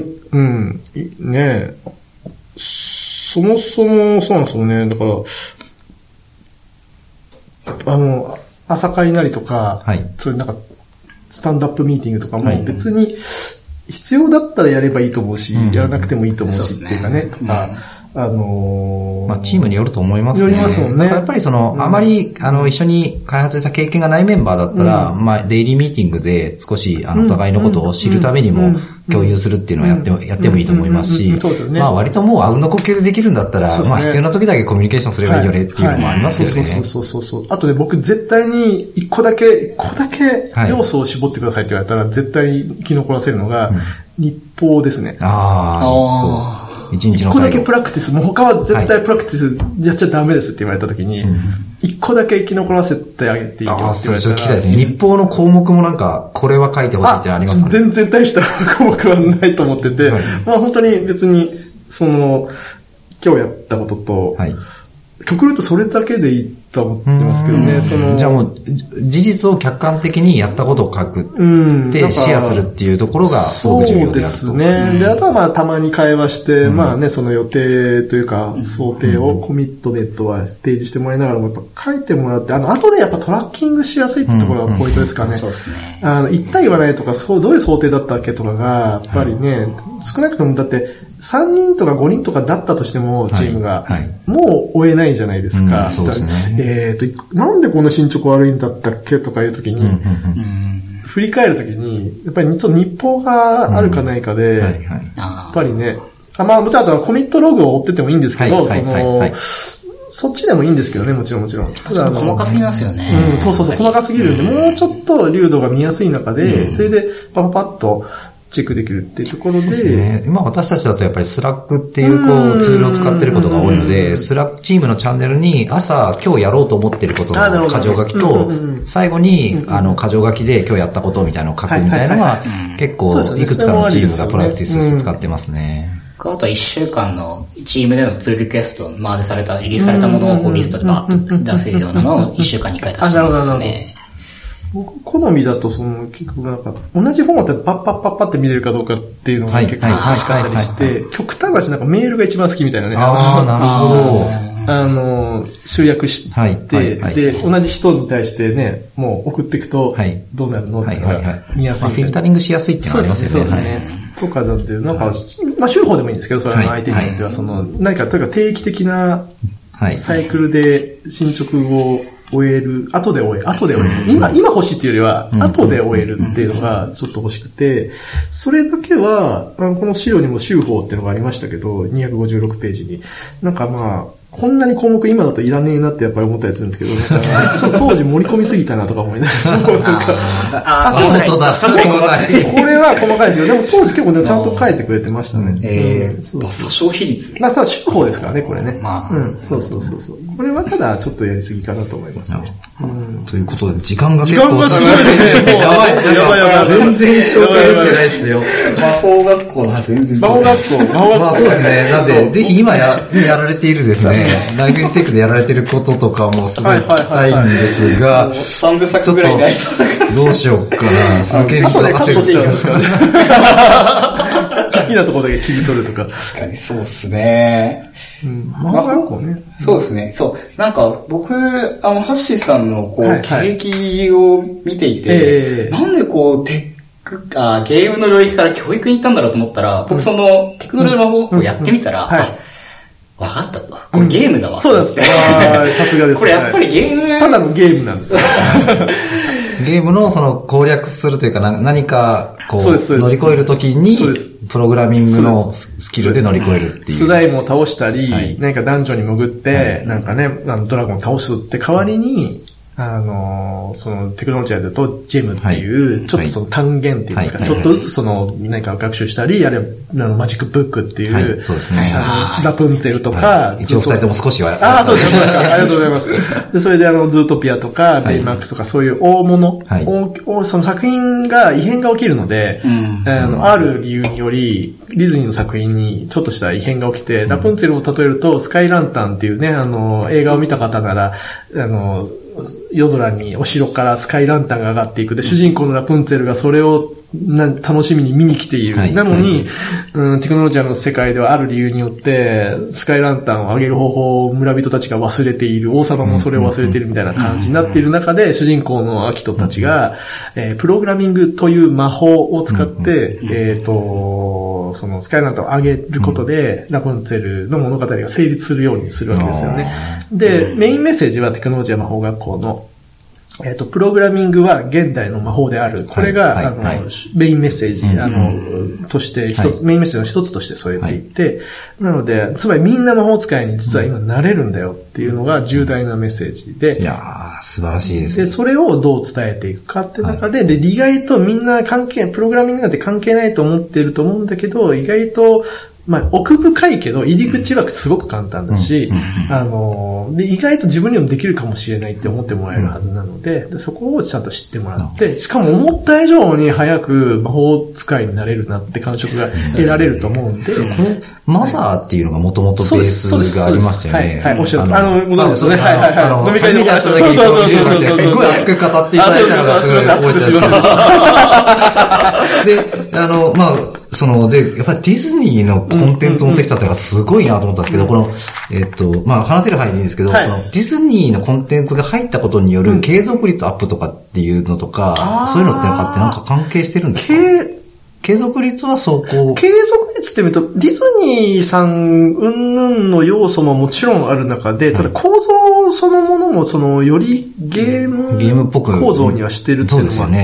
ねそもそもそうなんですよね。だから、朝会なりとか、そういうなんか、スタンドアップミーティングとかも別に必要だったらやればいいと思うし、やらなくてもいいと思うしっていうかね、とか、 チームによると思いますね。 よりますもんね。 やっぱりあまり、一緒に開発した経験がないメンバーだったら、デイリーミーティングで少し、お互いのことを知るためにも共有するっていうのはやってもいいと思いますし、割ともうあうんの呼吸でできるんだったら、必要な時だけコミュニケーションすればいいよねっていうのもありますよね。 そう。あとね、僕絶対に一個だけ要素を絞ってくださいって言われたら、絶対に生き残らせるのが、日報ですね。一日の最後。一個だけプラクティス、もう他は絶対プラクティスやっちゃダメですって言われたときに、一個だけ生き残らせてあげていいかって言われたら。 ちょっと聞きたいですね。日報の項目もなんか、これは書いてほしいってありますか？ 全然大した項目はないと思ってて、本当に別に、今日やったことと、極論言うとそれだけでいいと思ってますけどね。 じゃあもう、事実を客観的にやったことを書くってシェアするっていうところがすごく重要であると。 そうですね。で、あとはたまに会話して、その予定というか、想定を、コミットメントは提示してもらいながらも、やっぱ書いてもらって、後でやっぱトラッキングしやすいってところがポイントですかね。 そうですね。 言った言わないとか、どういう想定だったっけとかが、やっぱりね、少なくともだって、3人とか5人とかだったとしても、チームが、もう追えないじゃないですか。 そうですね。 なんでこんな進捗悪いんだったっけとかいうときに、振り返るときに、やっぱりちょっと日報があるかないかで、やっぱりね、もちろんあとはコミットログを追っててもいいんですけど、そっちでもいいんですけどね、もちろん。 ただ細かすぎますよね。 そう、細かすぎるんで、もうちょっと流度が見やすい中で、それでパッと、チェックできるっていうところで。 今私たちだとやっぱりスラックっていうツールを使ってることが多いので、スラックチームのチャンネルに朝今日やろうと思ってることの箇条書きと、最後に箇条書きで今日やったことみたいなのを書くみたいなのは結構いくつかのチームがプラクティスとして使ってますね。 あとは1週間のチームでのプルリクエスト、リリースされたものをこうリストでバーッと出すようなのを1週間に1回出してますね。 僕、好みだと、結局なんか、同じ本をパッって見れるかどうかっていうのが結構難しかったりして、極端な話なんかメールが一番好きみたいなね。 なるほど。集約して、で、同じ人に対してね、もう送っていくと、どうなるのって見やすい。 フィルタリングしやすいっていうのがありますよね。 そうですね。とかだって、なんか、週報でもいいんですけど、それの相手によっては、何か、というか定期的なサイクルで進捗を、終える、後で終える。今欲しいっていうよりは、後で終えるっていうのがちょっと欲しくて、それだけは、この資料にも週報っていうのがありましたけど、256ページに。なんかこんなに項目今だといらねえなってやっぱり思ったりするんですけど、ちょっと当時盛り込みすぎたなとか思いながら。 本当だ。確かにこれは細かいですけど、でも当時結構ね、ちゃんと書いてくれてましたね。 消費率。 ただ週報ですからね、これね。 まあ。 そう。 これはただちょっとやりすぎかなと思いますね。 ということで、時間が結構すごいですね。 やばい。全然紹介できてないですよ。 魔法学校の話全然魔法学校。 まあそうですね。なんで、ぜひ今やられているですね、ライフイズテックでやられていることとかもすごい聞きたいんですが、 3部作ぐらいないと。 どうしようかな。続ける人がせる好きなところだけ切り取るとか。 確かにそうですね。 魔法学校ね。 そうですね。そう。なんか僕、ハッシーさんのこう、経歴を見ていて、なんでこう、ゲームの領域から教育に行ったんだろうと思ったら、僕そのテクノロジー魔法学校をやってみたら、わかったと。これゲームだわ。 そうですね。さすがです。 これやっぱりゲーム。 ただのゲームなんですよ。 ゲームのその攻略するというか何かこう乗り越えるときにプログラミングのスキルで乗り越えるっていう。 スライムを倒したり、何かダンジョンに潜って、なんかね、ドラゴンを倒すって代わりに、そのテクノロジーだとジェムっていう、ちょっとその単元っていうんですか、ちょっとずつその何か学習したり、あれマジックブックっていう、 そうですね。 ラプンツェルとか、 一応二人とも少しは。 そうですね。ありがとうございます。で、それでズートピアとか、ベイマックスとかそういう大物、その作品が異変が起きるので、ある理由により、ディズニーの作品にちょっとした異変が起きて、ラプンツェルを例えると、スカイランタンっていうね、映画を見た方なら、夜空にお城からスカイランタンが上がっていく。で、主人公のラプンツェルがそれを楽しみに見に来ている。なのに、テクノロジーの世界ではある理由によって、スカイランタンを上げる方法を村人たちが忘れている。王様もそれを忘れているみたいな感じになっている中で、主人公のアキトたちが、プログラミングという魔法を使って、そのスカイランタンを上げることで、ラプンツェルの物語が成立するようにするわけですよね。で、メインメッセージはテクノロジー魔法学校の、プログラミングは現代の魔法である。これが、メインメッセージ、として一つ、メインメッセージの一つとして添えていて、なので、つまりみんな魔法使いに実は今なれるんだよっていうのが重大なメッセージで。 いやー、素晴らしいですね。 で、それをどう伝えていくかって中で、で、意外とみんなプログラミングなんて関係ないと思ってると思うんだけど、意外と、奥深いけど、入り口はすごく簡単だし、で、意外と自分にもできるかもしれないって思ってもらえるはずなので、そこをちゃんと知ってもらって、しかも思った以上に早く魔法使いになれるなって感触が得られると思うんで、 このマザーっていうのがもともとベースがありましたよね。 はい、おっしゃる。ご存知ですね。 飲み会で話した時に、すごい熱く語っていただいたのがすごい覚えてます。で、やっぱりディズニーのコンテンツを持ってきたっていうのがすごいなと思ったんですけど、この、話せる範囲でいいんですけど、このディズニーのコンテンツが入ったことによる継続率アップとかっていうのとか、そういうのってなんか関係してるんですか？継続率は継続率って見ると、ディズニーさん云々の要素ももちろんある中で、ただ構造そのものもよりゲームっぽく構造にはしてるっていうのもあって、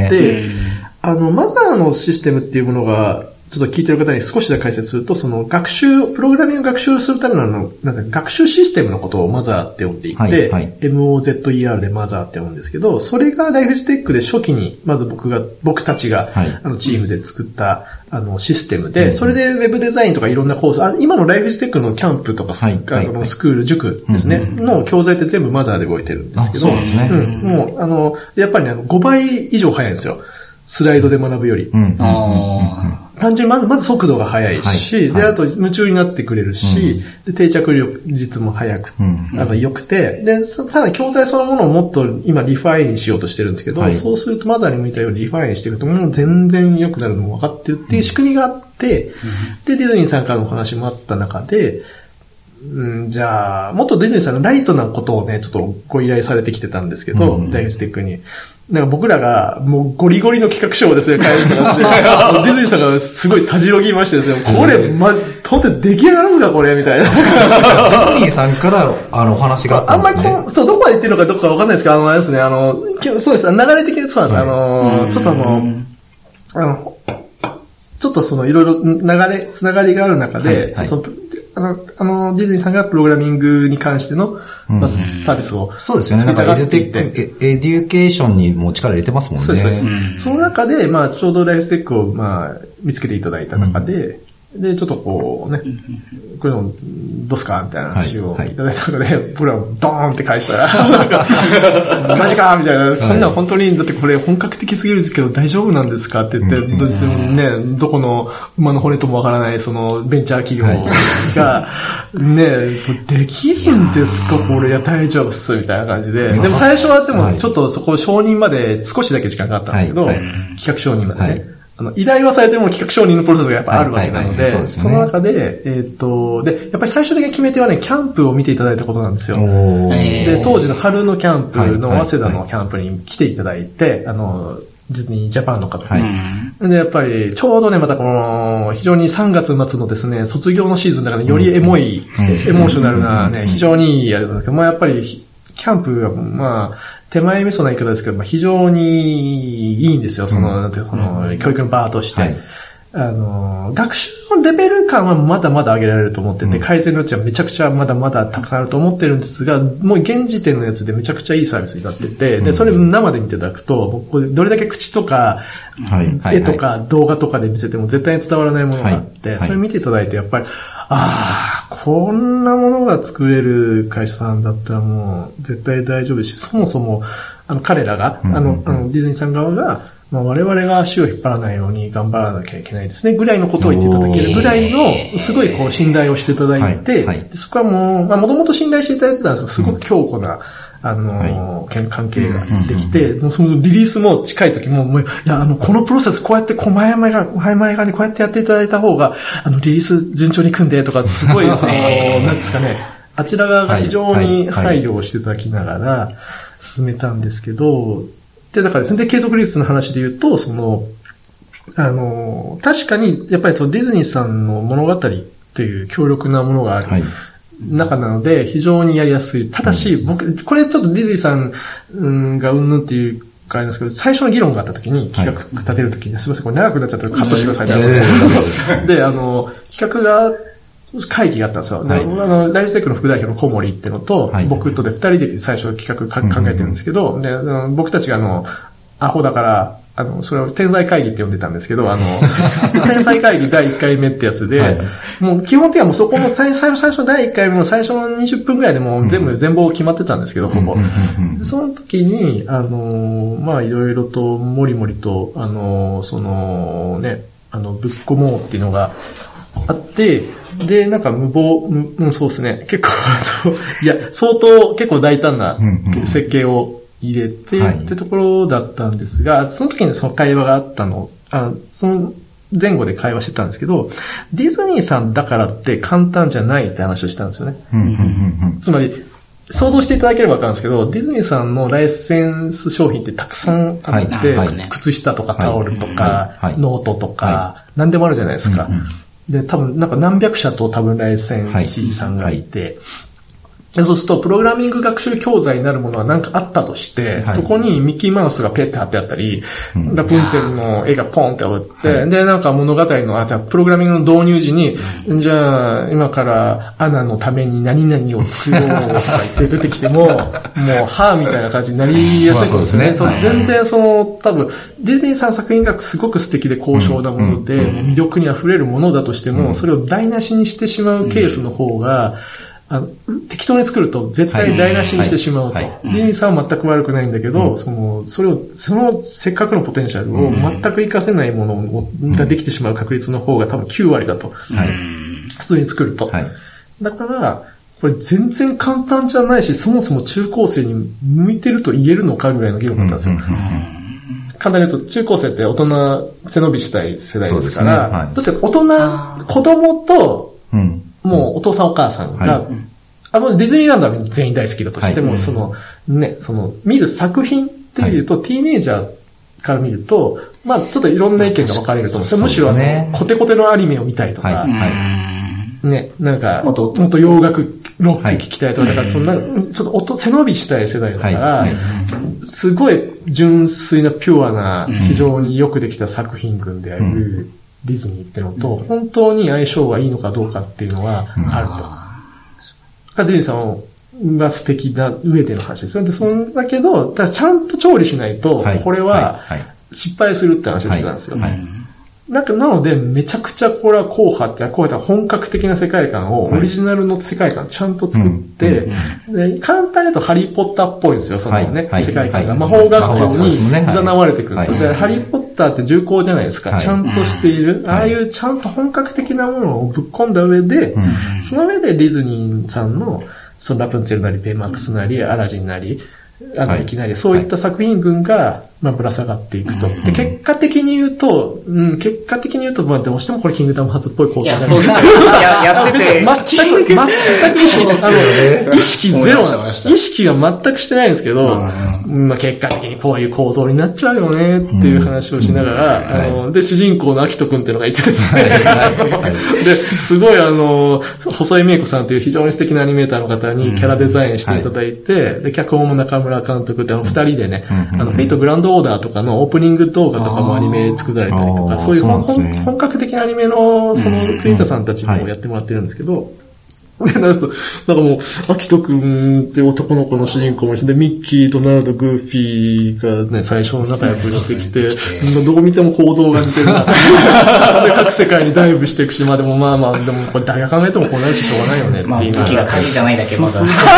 マザーのシステムっていうものが、ちょっと聞いてる方に少しで解説すると、プログラミングを学習するための、学習システムのことをマザーって呼んでいて、MOZER でマザーって呼ぶんですけど、それがライフステックで初期に、まず僕たちが、チームで作った、システムで、それでウェブデザインとかいろんなコース、今のライフステックのキャンプとか、スクール、塾ですね、の教材って全部マザーで動いてるんですけど、 そうですね。 もう、やっぱりね、5倍以上早いんですよ。スライドで学ぶより。単純にまず速度が速いし、で、あと夢中になってくれるし、で、定着率も速く、良くて、で、さらに教材そのものをもっと今リファインしようとしてるんですけど、そうするとマザーに向いたようにリファインしていくともう全然良くなるのも分かってるっていう仕組みがあって、で、ディズニーさんからのお話もあった中で、じゃあ、もっとディズニーさんのライトなことをね、ちょっとご依頼されてきてたんですけど、ダイフステックに。なんか僕らがもうゴリゴリの企画書をですね、返したらですね、ディズニーさんがすごいたじろぎましてですね、これ、当然出来上がるんですかこれみたいな。ディズニーさんからお話があったんですね。 あんまりどこまで言ってるのかどこかわかんないですけど、あれですね、そうです、流れ的にそうなんです。ちょっといろいろつながりがある中で、ディズニーさんがプログラミングに関しての、サービスを。 そうですよね。なんかエデュケーションにも力入れてますもんね。 そうです。その中で、ちょうどライフステックを、見つけていただいた中で、 で、ちょっとこうね、これのどうすかみたいな話をいただいたので、僕らもドーンって返したら、なんかマジかみたいな、こんなん本当に、だってこれ本格的すぎるんですけど大丈夫なんですかって言って、ね、どこの馬の骨ともわからないそのベンチャー企業が、ね、できるんですかこれ、いや大丈夫っす、みたいな感じで。でも最初はでもちょっとそこ承認まで少しだけ時間があったんですけど、企画承認までね。依頼はされても企画承認のプロセスがやっぱあるわけなので、その中で、で、やっぱり最終的な決め手はね、キャンプを見ていただいたことなんですよ。で、当時の春のキャンプの早稲田のキャンプに来ていただいて、ディズニージャパンの方に。で、やっぱり、ちょうどね、またこの、非常に3月末のですね、卒業のシーズンだからよりエモい、エモーショナルなね、非常にいいあれなんですけど、やっぱり、キャンプは、まあ、手前味噌な言い方ですけど、非常にいいんですよ、なんていうか、教育の場として。学習のレベル感はまだまだ上げられると思ってて、改善の余地はめちゃくちゃまだまだたくさんあると思ってるんですが、もう現時点のやつでめちゃくちゃいいサービスになってて、で、それ生で見ていただくと、どれだけ口とか、絵とか動画とかで見せても絶対に伝わらないものがあって、それ見ていただいて、やっぱり、こんなものが作れる会社さんだったらもう絶対大丈夫ですし、そもそも、彼らが、ディズニーさん側が、まあ、我々が足を引っ張らないように頑張らなきゃいけないですね、ぐらいのことを言っていただけるぐらいの、すごいこう信頼をしていただいて、でそこはもう、まあ、もともと信頼していただいてたんですけど、すごく強固な、関係ができて、もうそのリリースも近い時も、いや、このプロセスこうやって前々側にこうやってやっていただいた方が、リリース順調に組んでとか、すごいですね、なんですかね、あちら側が非常に配慮をしていただきながら進めたんですけど、で、だからですね、継続リリースの話で言うと、確かに、やっぱりディズニーさんの物語という強力なものがある。中なので、非常にやりやすい。ただし、僕、これちょっとディズニーさんがうんぬんっていうかあれですけど、最初の議論があった時に、企画立てる時に、すみません、これ長くなっちゃったらカットしてくださいみたいな。で、企画が、会議があったんですよ。ライフステークの副代表の小森ってのと、僕とで二人で最初企画考えてるんですけど、で、僕たちがアホだから、それを天才会議って呼んでたんですけど、天才会議第1回目ってやつで、もう基本的にはもうそこの最初の第1回目の最初の20分くらいでもう全貌決まってたんですけど、ほぼ。その時に、まあいろいろと、もりもりと、ぶっ込もうっていうのがあって、で、なんかそうですね、結構いや、相当結構大胆な設計を入れて、ってところだったんですが、その時にその会話があったその前後で会話してたんですけど、ディズニーさんだからって簡単じゃないって話をしたんですよね。つまり、想像していただければわかるんですけど、ディズニーさんのライセンス商品ってたくさんあって、靴下とかタオルとか、ノートとか、何でもあるじゃないですか。で、多分、なんか何百社と多分ライセンシーさんがいて、そうすると、プログラミング学習教材になるものは何かあったとして、そこにミッキーマウスがペッて貼ってあったり、ラプンツェルの絵がポンってあって、で、なんか物語の、じゃあプログラミングの導入時に、じゃあ、今からアナのために何々を作ろうとか言って出てきても、もう、はぁみたいな感じになりやすいですね。全然多分、ディズニーさん作品がすごく素敵で高尚なもので、魅力に溢れるものだとしても、それを台無しにしてしまうケースの方が、適当に作ると絶対台無しにしてしまうと。ディズニーさんは全く悪くないんだけど、そのせっかくのポテンシャルを全く活かせないものができてしまう確率の方が多分9割だと。普通に作ると。だから、これ全然簡単じゃないし、そもそも中高生に向いてると言えるのかぐらいの議論だったんですよ。簡単に言うと、中高生って大人、背伸びしたい世代ですから、どっちか大人、子供と、もうお父さんお母さんが、ディズニーランドは全員大好きだとしても、見る作品っていうと、ティーネイジャーから見ると、まあちょっといろんな意見が分かれると思うんですよ。むしろコテコテのアニメを見たいとか、ね、なんか、もっと洋楽、ロック聞きたいとか、だからそんな、ちょっと背伸びしたい世代だから、すごい純粋なピュアな、非常によくできた作品群である、ディズニーってのと、本当に相性がいいのかどうかっていうのはあると。ディズニーさんが素敵な上での話ですよ。で、だけど、ちゃんと調理しないと、これは失敗するって話をしてたんですよ。 なので、めちゃくちゃこれは硬派って、こういった本格的な世界観を、オリジナルの世界観ちゃんと作って、で、簡単に言うとハリーポッターっぽいんですよ、そのね、世界観が。魔法学校に誘われてくるんですよ。で、ハリーポッターって重厚じゃないですか。ちゃんとしている。ああいうちゃんと本格的なものをぶっ込んだ上で、その上でディズニーさんの、そのラプンツェルなり、ベイマックスなり、アラジンなり、いきなり、そういった作品群が、ぶら下がっていくと。で、結果的に言うと、どうしてもこれキングダム発っぽい構造じゃないですか。 やってて。 全く意識ゼロ。意識が全くしてないんですけど、結果的にこういう構造になっちゃうよね、っていう話をしながら、で、主人公のアキト君っていうのがいてですね。で、すごい細井美恵子さんという非常に素敵なアニメーターの方にキャラデザインしていただいて、で、脚本も中村監督って二人でね、フェイトグランドオーダーとかのオープニング動画とかもアニメ作られたりとか、そういう本格的なアニメのそのクリエイターさんたちもやってもらってるんですけど、で、なると、なんかもう、アキトくんっていう男の子の主人公もいて、で、ミッキー、ドナルド、グーフィーがね、最初の仲良くしてきて、どう見ても構造が似てるな。で、各世界にダイブしていくし、でもでもこれ誰が考えてもこうなるししょうがないよねっていう。 武器が鍵じゃないだけまだ。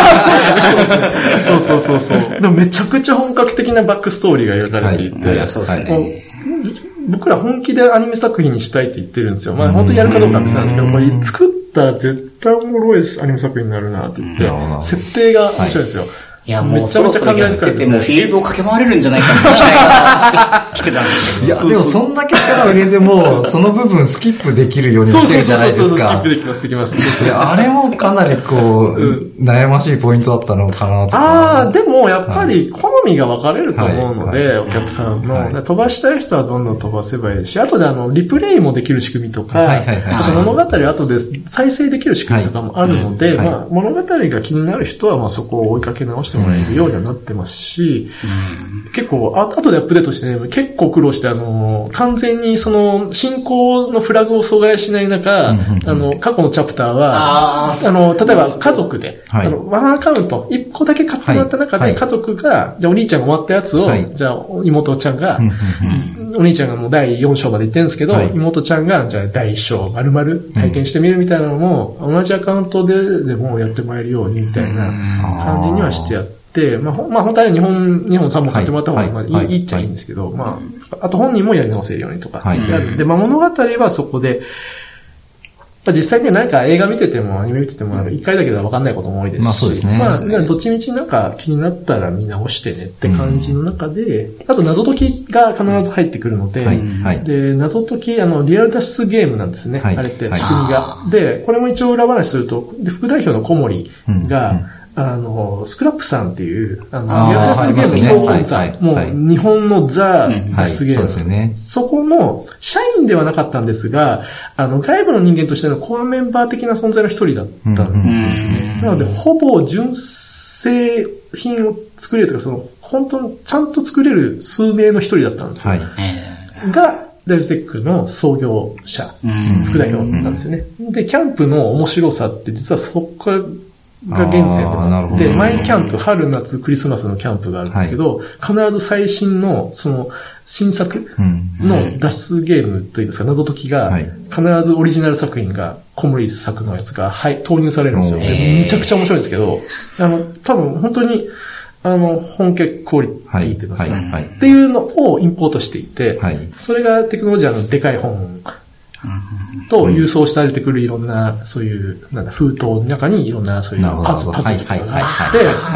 そう。でもめちゃくちゃ本格的なバックストーリーが描かれていて、 そうですね。 僕ら本気でアニメ作品にしたいって言ってるんですよ。本当にやるかどうかは別なんですけど、これ作ったら絶対おもろいアニメ作品になるなって言って、設定が面白いですよ。 いや、もうそろそろやってて、もうフィールドを駆け回れるんじゃないかって期待がしてきてたんですけど。 いや、でもそんだけ力を入れても、その部分スキップできるようにしてるじゃないですか。 そう、スキップできます。 あれもかなり悩ましいポイントだったのかなと。 でもやっぱり好みが分かれると思うので、お客さんの、飛ばしたい人はどんどん飛ばせばいいし、あとでリプレイもできる仕組みとか、あと物語後で再生できる仕組みとかもあるので、物語が気になる人はそこを追いかけ直してもらえるようにはなってますし、結構、後でアップデートしてね、結構苦労して完全にその、進行のフラグを阻害しない中、過去のチャプターは、例えば家族で、ワンアカウント、1個だけ買ってもらった中で家族が、じゃあお兄ちゃんが終わったやつを、じゃあ妹ちゃんが、お兄ちゃんがもう第4章まで行ってるんですけど、妹ちゃんが、じゃあ第1章丸々体験してみるみたいなのも、同じアカウントでもやってもらえるようにみたいな感じにはしてやって、本当は2本3本買ってもらった方がいいっちゃいいんですけど、あと本人もやり直せるようにとかしてあるんで、物語はそこで、実際ね、なんか映画見ててもアニメ見てても一回だけでは分かんないことも多いですし、 そうですね。 どっちみちなんか気になったら見直してねって感じの中で、あと謎解きが必ず入ってくるので、で、謎解き、リアル脱出ゲームなんですね。あれって仕組みが。で、これも一応裏話すると、副代表の小森が、スクラップさんっていう、リアル脱出ゲームの総本山、もう日本のザ・脱出ゲーム。そこの社員ではなかったんですが、外部の人間としてのコアメンバー的な存在の一人だったんですね。なので、ほぼ純正品を作れるというか、本当にちゃんと作れる数名の一人だったんですよ。が、ダイジテックの創業者、副代表なんですよね。で、キャンプの面白さって実はそこが源泉でもあって、毎キャンプ、春、夏、クリスマスのキャンプがあるんですけど、必ず最新の、新作の脱出ゲームといいますか、謎解きが、必ずオリジナル作品が、小森作のやつが、投入されるんですよ。めちゃくちゃ面白いんですけど、多分本当に、本家クオリティといいますか、っていうのをインポートしていて、それがテクノロジーのでかい本、と郵送して出てくるいろんな、そういう、封筒の中にいろんなそういうパズルとかがあって、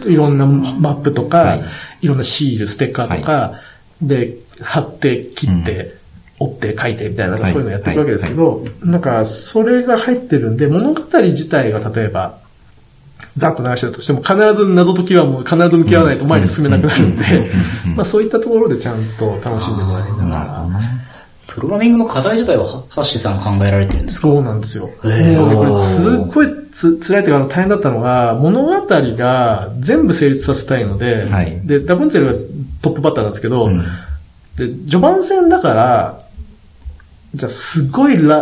で、いろんなマップとか、いろんなシール、ステッカーとか、で、貼って、切って、折って書いてみたいな、そういうのやっていくわけですけど、それが入ってるんで、物語自体が例えば、ざっと流したとしても、必ず謎解きはもう必ず向き合わないと前に進めなくなるんで、そういったところでちゃんと楽しんでもらいながら、 プログラミングの課題自体は、ハッシーさん考えられてるんですか？ そうなんですよ。これすっごい辛いというか大変だったのが、物語が全部成立させたいので、で、ラプンツェルがトップバッターなんですけど、で、序盤戦だから、じゃあすごい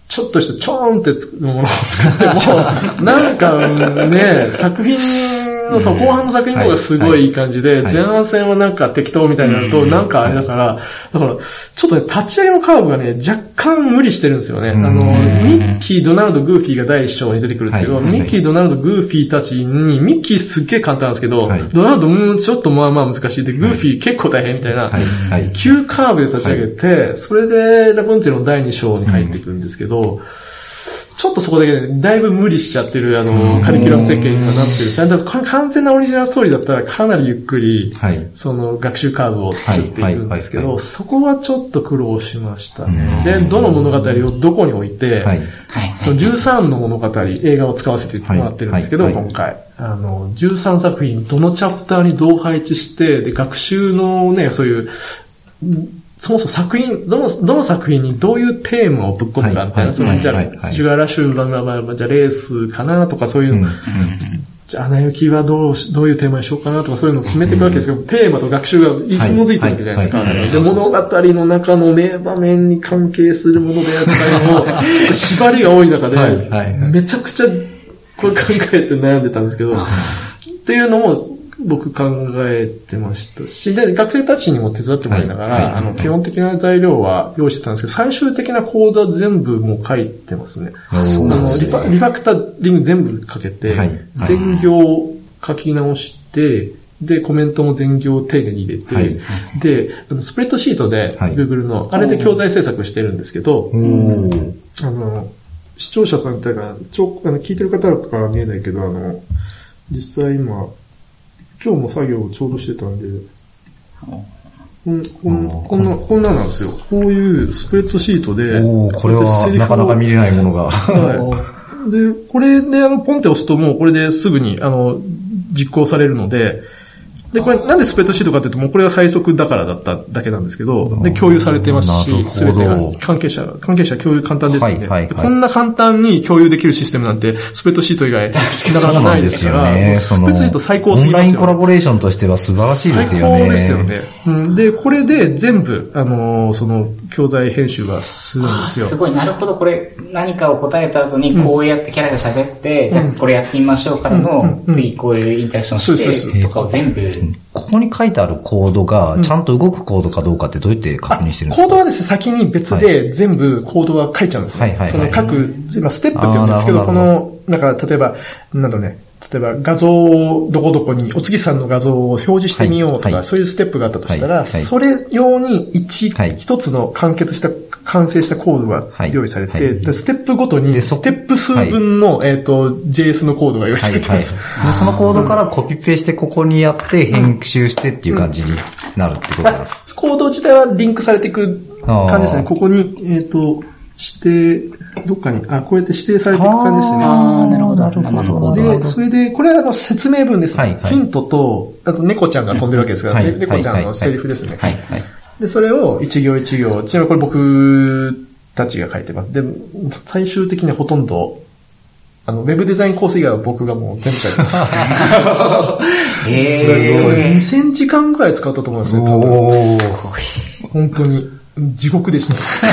ちょっとしたちょーんってつくものを作っても、なんかね、作品の後半の作品の方がすごいいい感じで、前半戦はなんか適当みたいになると、なんかあれだから、ちょっとね、立ち上げのカーブがね、若干無理してるんですよね。ミッキー、ドナルド、グーフィーが第一章に出てくるんですけど、ミッキー、ドナルド、グーフィーたちに、ミッキーすっげえ簡単なんですけど、ドナルド、ちょっとまあまあ難しいで、グーフィー結構大変みたいな、急カーブで立ち上げて、それでラプンツェルの第二章に入ってくるんですけど、ちょっとそこだけで、だいぶ無理しちゃってる、カリキュラム設計にはなってる。だから完全なオリジナルストーリーだったらかなりゆっくり、その学習カーブを作っていくんですけど、そこはちょっと苦労しましたね。で、どの物語をどこに置いて、その13の物語、映画を使わせてもらってるんですけど、今回。13作品、どのチャプターにどう配置して、で、学習のね、そういう、そもそも作品、どの作品にどういうテーマをぶっ込むかみたいな、じゃあ、シュガーラッシュが、じゃあレースかなとかそういうの、じゃあ、アナ雪はどういうテーマにしようかなとかそういうのを決めていくわけですけど、テーマと学習が紐づいてるわけじゃないですか。で、物語の中の名場面に関係するものであったりも、縛りが多い中で、めちゃくちゃこれ考えて悩んでたんですけど、っていうのも、僕考えてましたし、で、学生たちにも手伝ってもらいながら、基本的な材料は用意してたんですけど、最終的なコードは全部もう書いてますね。そうなんですね。リファクタリング全部かけて、全行書き直して、で、コメントも全行丁寧に入れて、で、スプレッドシートで、Google の、あれで教材制作してるんですけど、視聴者さんみたいな、聞いてる方から見えないけど、実際今日も作業をちょうどしてたんで、こんななんですよ。こういうスプレッドシートで、 これはなかなか見れないものが。 で、これでポンって押すともうこれですぐに実行されるので、で、これなんでスプレッドシートかっていうと、もうこれが最速だからだっただけなんですけど、で、共有されてますし、すべてが関係者共有簡単ですので、こんな簡単に共有できるシステムなんて、スプレッドシート以外、なかなかないですから、スプレッドシート最高すぎますよね。 オンラインコラボレーションとしては素晴らしいですよね。 最高ですよね。で、これで全部、その、教材編集がするんですよ。 すごい、なるほど、これ、何かを答えた後に、こうやってキャラが喋って、じゃあこれやってみましょうからの、次こういうインタラクションして、とかを全部、 ここに書いてあるコードが、ちゃんと動くコードかどうかってどうやって確認してるんですか？ コードはですね、先に別で全部コードは書いちゃうんですね。その各、今ステップって言うんですけど、この、なんか、例えば、例えば画像をどこどこに、お次さんの画像を表示してみようとか、そういうステップがあったとしたら、それ用に一つの完成したコードが用意されて、でステップごとに、ステップ数分の、JS のコードが用意されてます。 で、そのコードからコピペしてここにやって編集してっていう感じになるってことなんですか？ コード自体はリンクされていく感じですね。ここに、指定、どっかに、こうやって指定されていく感じですね。 なるほど。生のコードで、それで、これは説明文ですね。ヒントと、あと猫ちゃんが飛んでるわけですから、猫ちゃんのセリフですね。で、それを一行一行、ちなみにこれ僕たちが書いてます。で、最終的にほとんど、ウェブデザインコース以外は僕がもう全部書いてます。2000時間くらい使ったと思いますね、多分。 すごい。 本当に。地獄でした。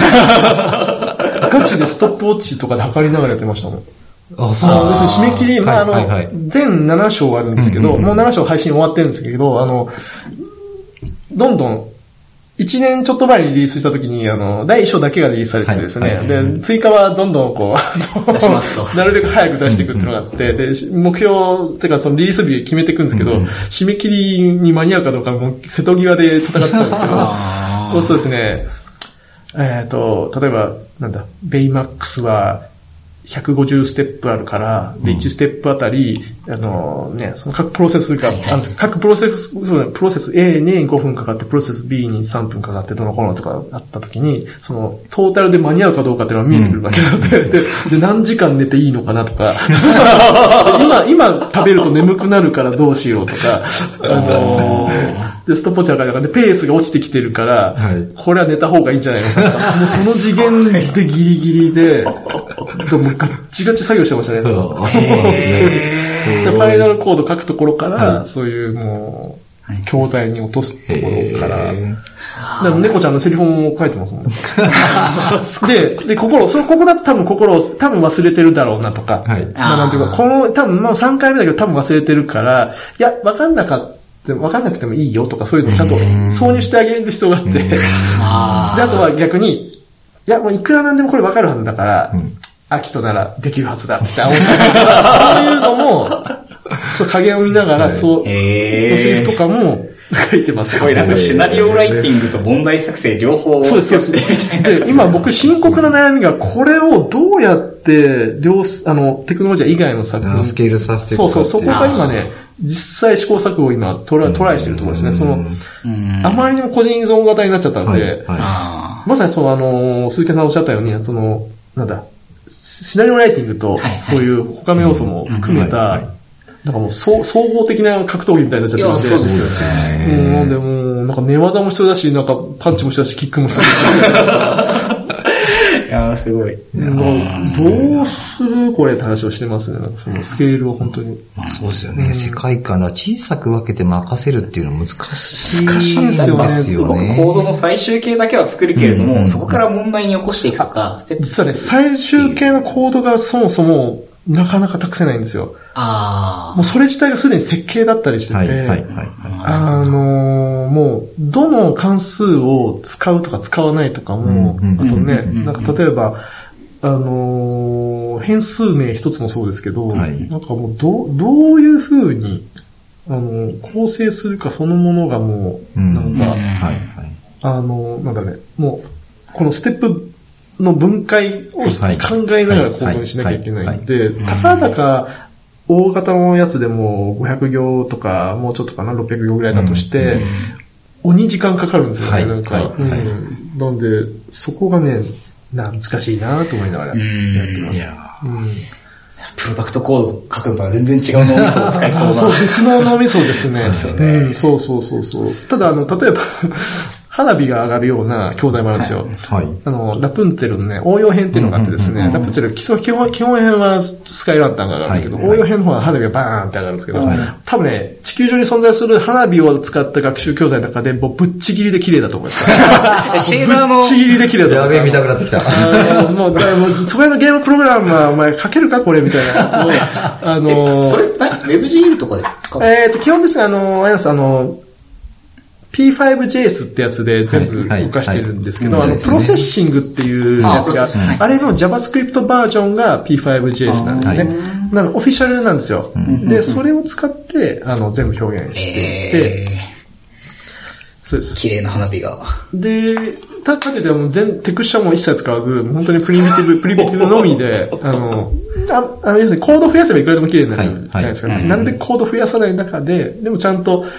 ガチでストップウォッチとかで測りながらやってましたもん。そうです。締め切り、全7章あるんですけど、もう7章配信終わってるんですけど、どんどん、1年ちょっと前にリリースした時に、第1章だけがリリースされててですね、で、追加はどんどんこう、 出しますと。 なるべく早く出していくっていうのがあって、で、目標、てかそのリリース日決めていくんですけど、締め切りに間に合うかどうかも瀬戸際で戦ってたんですけど、そうですね、例えば、ベイマックスは、150ステップあるから、で、1ステップあたり、その各プロセスが、各プロセス A に5分かかって、プロセス B に3分かかって、どのこのとかあった時に、その、トータルで間に合うかどうかっていうのが見えてくるわけなので、で、何時間寝ていいのかなとか、今食べると眠くなるからどうしようとか、で、ストップウォッチだから、で、ペースが落ちてきてるから、これは寝た方がいいんじゃないのかな。もうその次元でギリギリで、でもガッチガチ作業してましたね。で、ファイナルコード書くところから、そういうもう、 教材に落とすところから、猫ちゃんのセリフも書いてますもん。で、ここだと多分忘れてるだろうなとか、なんていうか、多分3回目だけど多分忘れてるから、いや、わかんなくてもいいよとかそういうのをちゃんと挿入してあげる必要があって、で、あとは逆に、いや、もういくらなんでもこれわかるはずだから、秋とならできるはずだってそういうのも、加減を見ながら、セリフとかも書いてます。 すごいなんかシナリオライティングと問題作成両方そうです。で、今僕深刻な悩みが、これをどうやって、テクノロジー以外の作品。 スケールさせていくかっていう。 そこが今ね、実際試行錯誤を今トライしてるところですね。あまりにも個人依存型になっちゃったので、まさに鈴木さんおっしゃったように、シナリオライティングと、そういう他の要素も含めた、なんかもう総合的な格闘技みたいになっちゃってるんで。いや、 そうですよね。 なんでもう、なんか寝技も必要だし、なんかパンチも必要だし、キックも必要だし。 いや、すごい。 どうするこれって話をしてますね。そのスケールを本当に。 まあそうですよね。世界観だ。小さく分けて任せるっていうのは難しい。 難しいんですよね。 動くコードの最終形だけは作るけれども、そこから問題に起こしていくとか、ステップ。 実はね、最終形のコードがそもそもなかなか託せないんですよ。もうそれ自体がすでに設計だったりしてて、もう、どの関数を使うとか使わないとかも、あとね、なんか例えば、変数名一つもそうですけど、なんかもうどういう風に、構成するかそのものがもう、なんか、なんだね、もう、このステップの分解を考えながら構造にしなきゃいけないんで、たかだか大型のやつでも500行とか、もうちょっとかな、600行ぐらいだとして、鬼時間かかるんですよね、なんか。なんで、そこがね、難しいなと思いながらやってます。 プロダクトコード書くのとは全然違う脳みそを使いそうな。 そう、別の脳みそですね。そう。ただ、例えば、花火が上がるような教材もあるんですよ。ラプンツェルのね、応用編っていうのがあってですね、ラプンツェル、基本編はスカイランタンが上がるんですけど、応用編の方は花火がバーンって上がるんですけど、多分ね、地球上に存在する花火を使った学習教材の中で、もうぶっちぎりで綺麗だと思います。 シェーダーの。 ぶっちぎりで綺麗だと思います。 やべえ、見たくなってきた。 もう、そこへのゲームプログラムは、お前書けるかこれみたいなやつを。 それ、WebGL とかで基本ですね、P5JS ってやつで全部動かしてるんですけど、プロセッシングっていうやつが、あれの JavaScript バージョンが P5JS なんですね。なのオフィシャルなんですよ。で、それを使って、全部表現していて、そうです。 綺麗な花火が。 で、かけてもテクスチャも一切使わず、本当にプリミティブのみで、要するにコード増やせばいくらでも綺麗になるじゃないですか。なるべくコード増やさない中で、でもちゃんと、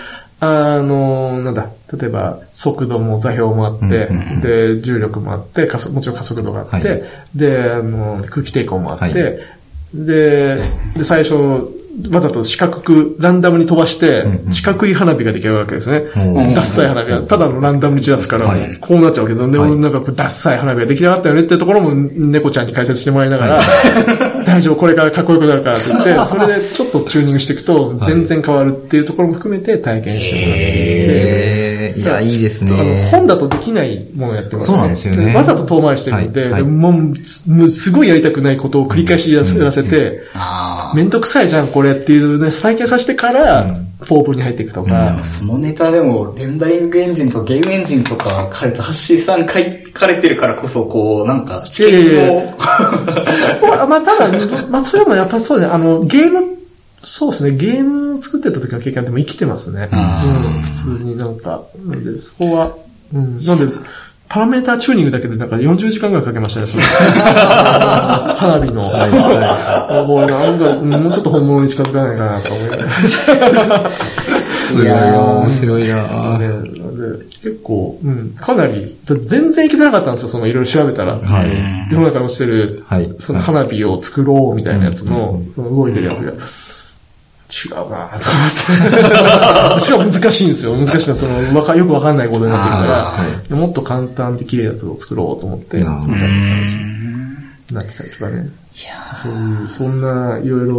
例えば、速度も座標もあって、で、重力もあって、もちろん加速度があって、で、空気抵抗もあって、で、最初、わざと四角くランダムに飛ばして、四角い花火が出来上がるわけですね。ダッサい花火が、ただのランダムに散らすから、こうなっちゃうわけです。でもなんかダッサい花火が出来上がったよねってところも猫ちゃんに解説してもらいながら、大丈夫、これからかっこよくなるからって言って、それでちょっとチューニングしていくと、全然変わるっていうところも含めて体験してもらって。 いや、いいですね。 本だとできないものをやってますね。 そうなんですよね。 わざと遠回りしてるんで、もうすごいやりたくないことを繰り返しやらせて、めんどくさいじゃん、これっていうね、再建させてから、ポープに入っていくとか。 そのネタでも、レンダリングエンジンとゲームエンジンとか、彼とハッシーさん書かれてるからこそ、こう、なんか、知見を。 まあ、ただ、それもやっぱそうね、そうですね、ゲームを作ってた時の経験でも生きてますね。普通になんか。なんで、そこは、なんで、パラメータチューニングだけでなんか40時間ぐらいかけましたね、それ。花火の。もうなんか、もうちょっと本物に近づかないかなと思います。 すごい面白いな結構、かなり、全然いけてなかったんですよ、そのいろいろ調べたら。世の中に落ちてる、その花火を作ろうみたいなやつの、その動いてるやつが。違うなぁと思って。しかも難しいんですよ。難しいな、よくわかんないことになってるから、もっと簡単で綺麗なやつを作ろうと思って、みたいな感じになってたりとかね。そんな、いろいろ、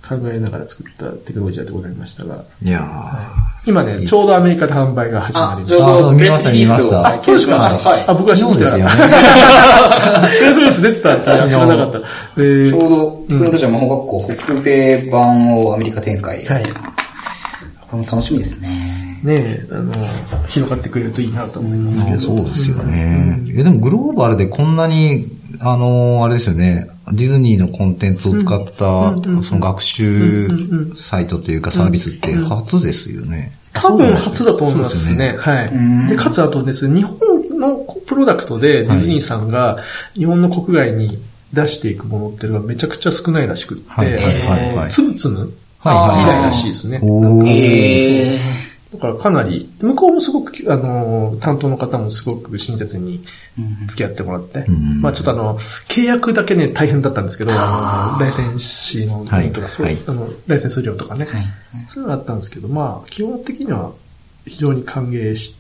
考えながら作ったテクノロジーでございましたが。 いやー、今ね、ちょうどアメリカで販売が始まりました。 そう、見ました。 そうですか。はい。僕は知ってですよね。 そうです、出てたんですよ。知らなかった。 ちょうど、テクノロジー魔法学校北米版をアメリカ展開。はい。これも楽しみですね。 ねえ、広がってくれるといいなと思いますけど。 そうですよね。でもグローバルでこんなに、あれですよね。ディズニーのコンテンツを使った、その学習サイトというかサービスって初ですよね。 多分初だと思いますね。はい。で、かつあとですね、日本のプロダクトでディズニーさんが日本の国外に出していくものっていうのがめちゃくちゃ少ないらしくって、つむつむ以来らしいですね。だからかなり、向こうもすごく、担当の方もすごく親切に付き合ってもらって、まあちょっと契約だけね、大変だったんですけど、ライセンスのとか、そう、ライセンス料とかね、そういうのがあったんですけど、まあ基本的には非常に歓迎して、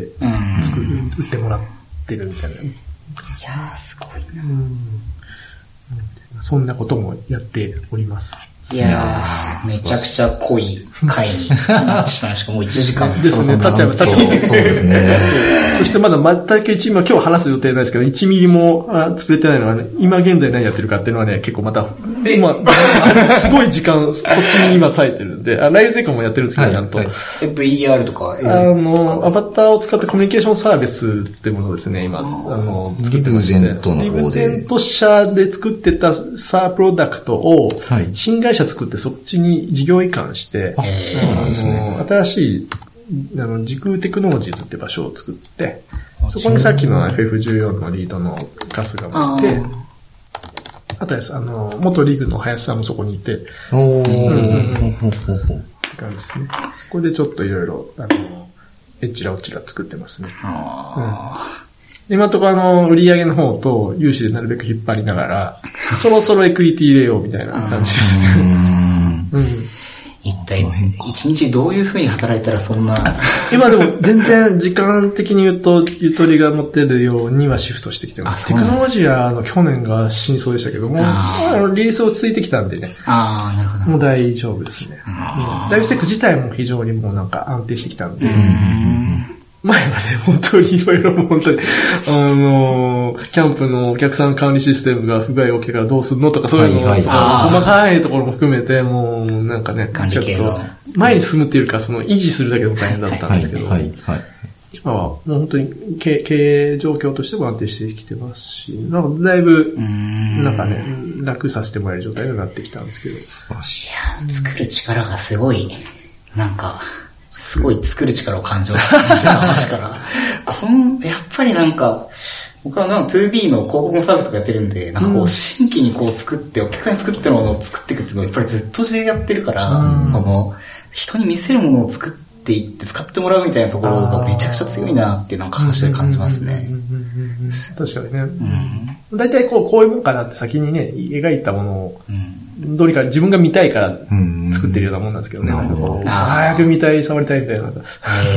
売ってもらってるみたいな。いやー、すごいな。 そんなこともやっております。 いやー、めちゃくちゃ濃い回になってしまいました。もう1時間ですね、経っちゃう。 そうですね。 そしてまだ全く今日話す予定ないですけど、1ミリも作れてないのはね、今現在何やってるかっていうのはね、結構また、すごい時間、そっちに今割いてるんで、ライブセコもやってるんですけど、ちゃんと。 VR とかアバターを使ったコミュニケーションサービスってものをですね、今、作ってまして。リブゼント社で作ってたプロダクトを、新会社作ってそっちに事業移管して、新しい時空テクノロジーズって場所を作って、そこにさっきの FF14 のリードのガスがもいて、あとです、元リーグの林さんもそこにいて、って感じですね。そこでちょっといろいろ、えっちらおっちら作ってますね。今のところ売り上げの方と融資でなるべく引っ張りながら、そろそろエクイティ入れようみたいな感じですね。 一体、一日どういう風に働いたらそんな。 今でも全然時間的に言うと、ゆとりが持てるようにはシフトしてきてます。テクノロジーは去年が死にそうでしたけども、リリース落ち着いてきたんでね。 なるほど。 もう大丈夫ですね。ライブステック自体も非常にもうなんか安定してきたんで。前はね、本当にいろいろ本当に、キャンプのお客さん管理システムが不具合起きてからどうするのとかそういうのとか、細かいところも含めて、もうなんかね、ちょっと前に進むっていうか、維持するだけでも大変だったんですけど、今はもう本当に経営状況としても安定してきてますし、なんかだいぶ、なんかね、楽させてもらえる状態になってきたんですけど。 素晴らしい。いや、作る力がすごい、なんか、すごい作る力を感じました話から。やっぱりなんか、僕は2B の広告のサービスがやってるんで、なんかこう、新規にこう作って、お客さんに作ってるものを作っていくっていうのをやっぱりずっとやってるから、人に見せるものを作っていって使ってもらうみたいなところがめちゃくちゃ強いなっていうなんか話で感じますね。 確かにね。大体こういうもんかなって先にね、描いたものを、どうにか自分が見たいから作ってるようなもんなんですけどね。早く見たい、触りたいみたいな。で、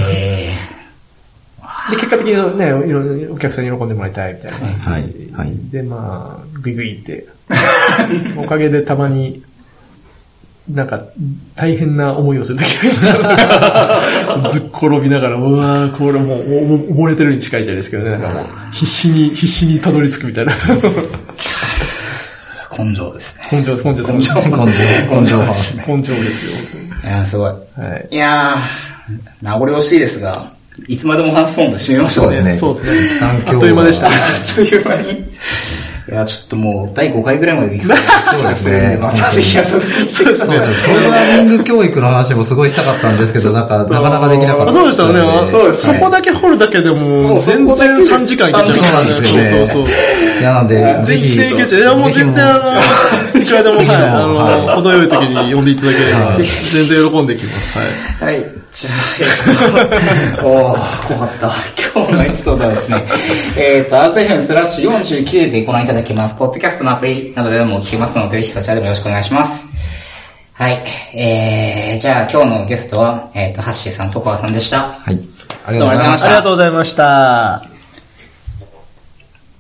結果的にね、お客さんに喜んでもらいたいみたいな。で、まあ、グイグイって。おかげでたまに、なんか、大変な思いをするときがずっ転びながら、うわー、これもう溺れてるに近いじゃないですけどね。なんか必死にたどり着くみたいな。 根性ですね。 根性ですね。 根性ですね。 根性ですよ。 いやー、すごい。いやー、名残惜しいですが、いつまでも話そうので締めましょうね。 そうですね。 あっという間でした。 あっという間に。いや、ちょっともう、第5回ぐらいまでできそうですね。 またぜひ遊びに来てください。 そうですね。プログラミング教育の話もすごいしたかったんですけど、なかなかできなかった。 そうでしたね。そうです。そこだけ掘るだけでも、全然3時間いけちゃう。 そうなんですよね。そう。いや、なんで、ぜひ。 いや、もう全然いくらでも、程よい時に呼んでいただければ、全然喜んできます。 はい。じゃあ、怖かった。今日のエピソードはですね、RSFM/49 でご覧いただけます。ポッドキャストのアプリなどでも聞けますので、ぜひそちらでもよろしくお願いします。はい。じゃあ今日のゲストは、ハッシーさん、トコワさんでした。 はい。ありがとうございました。 ありがとうございました。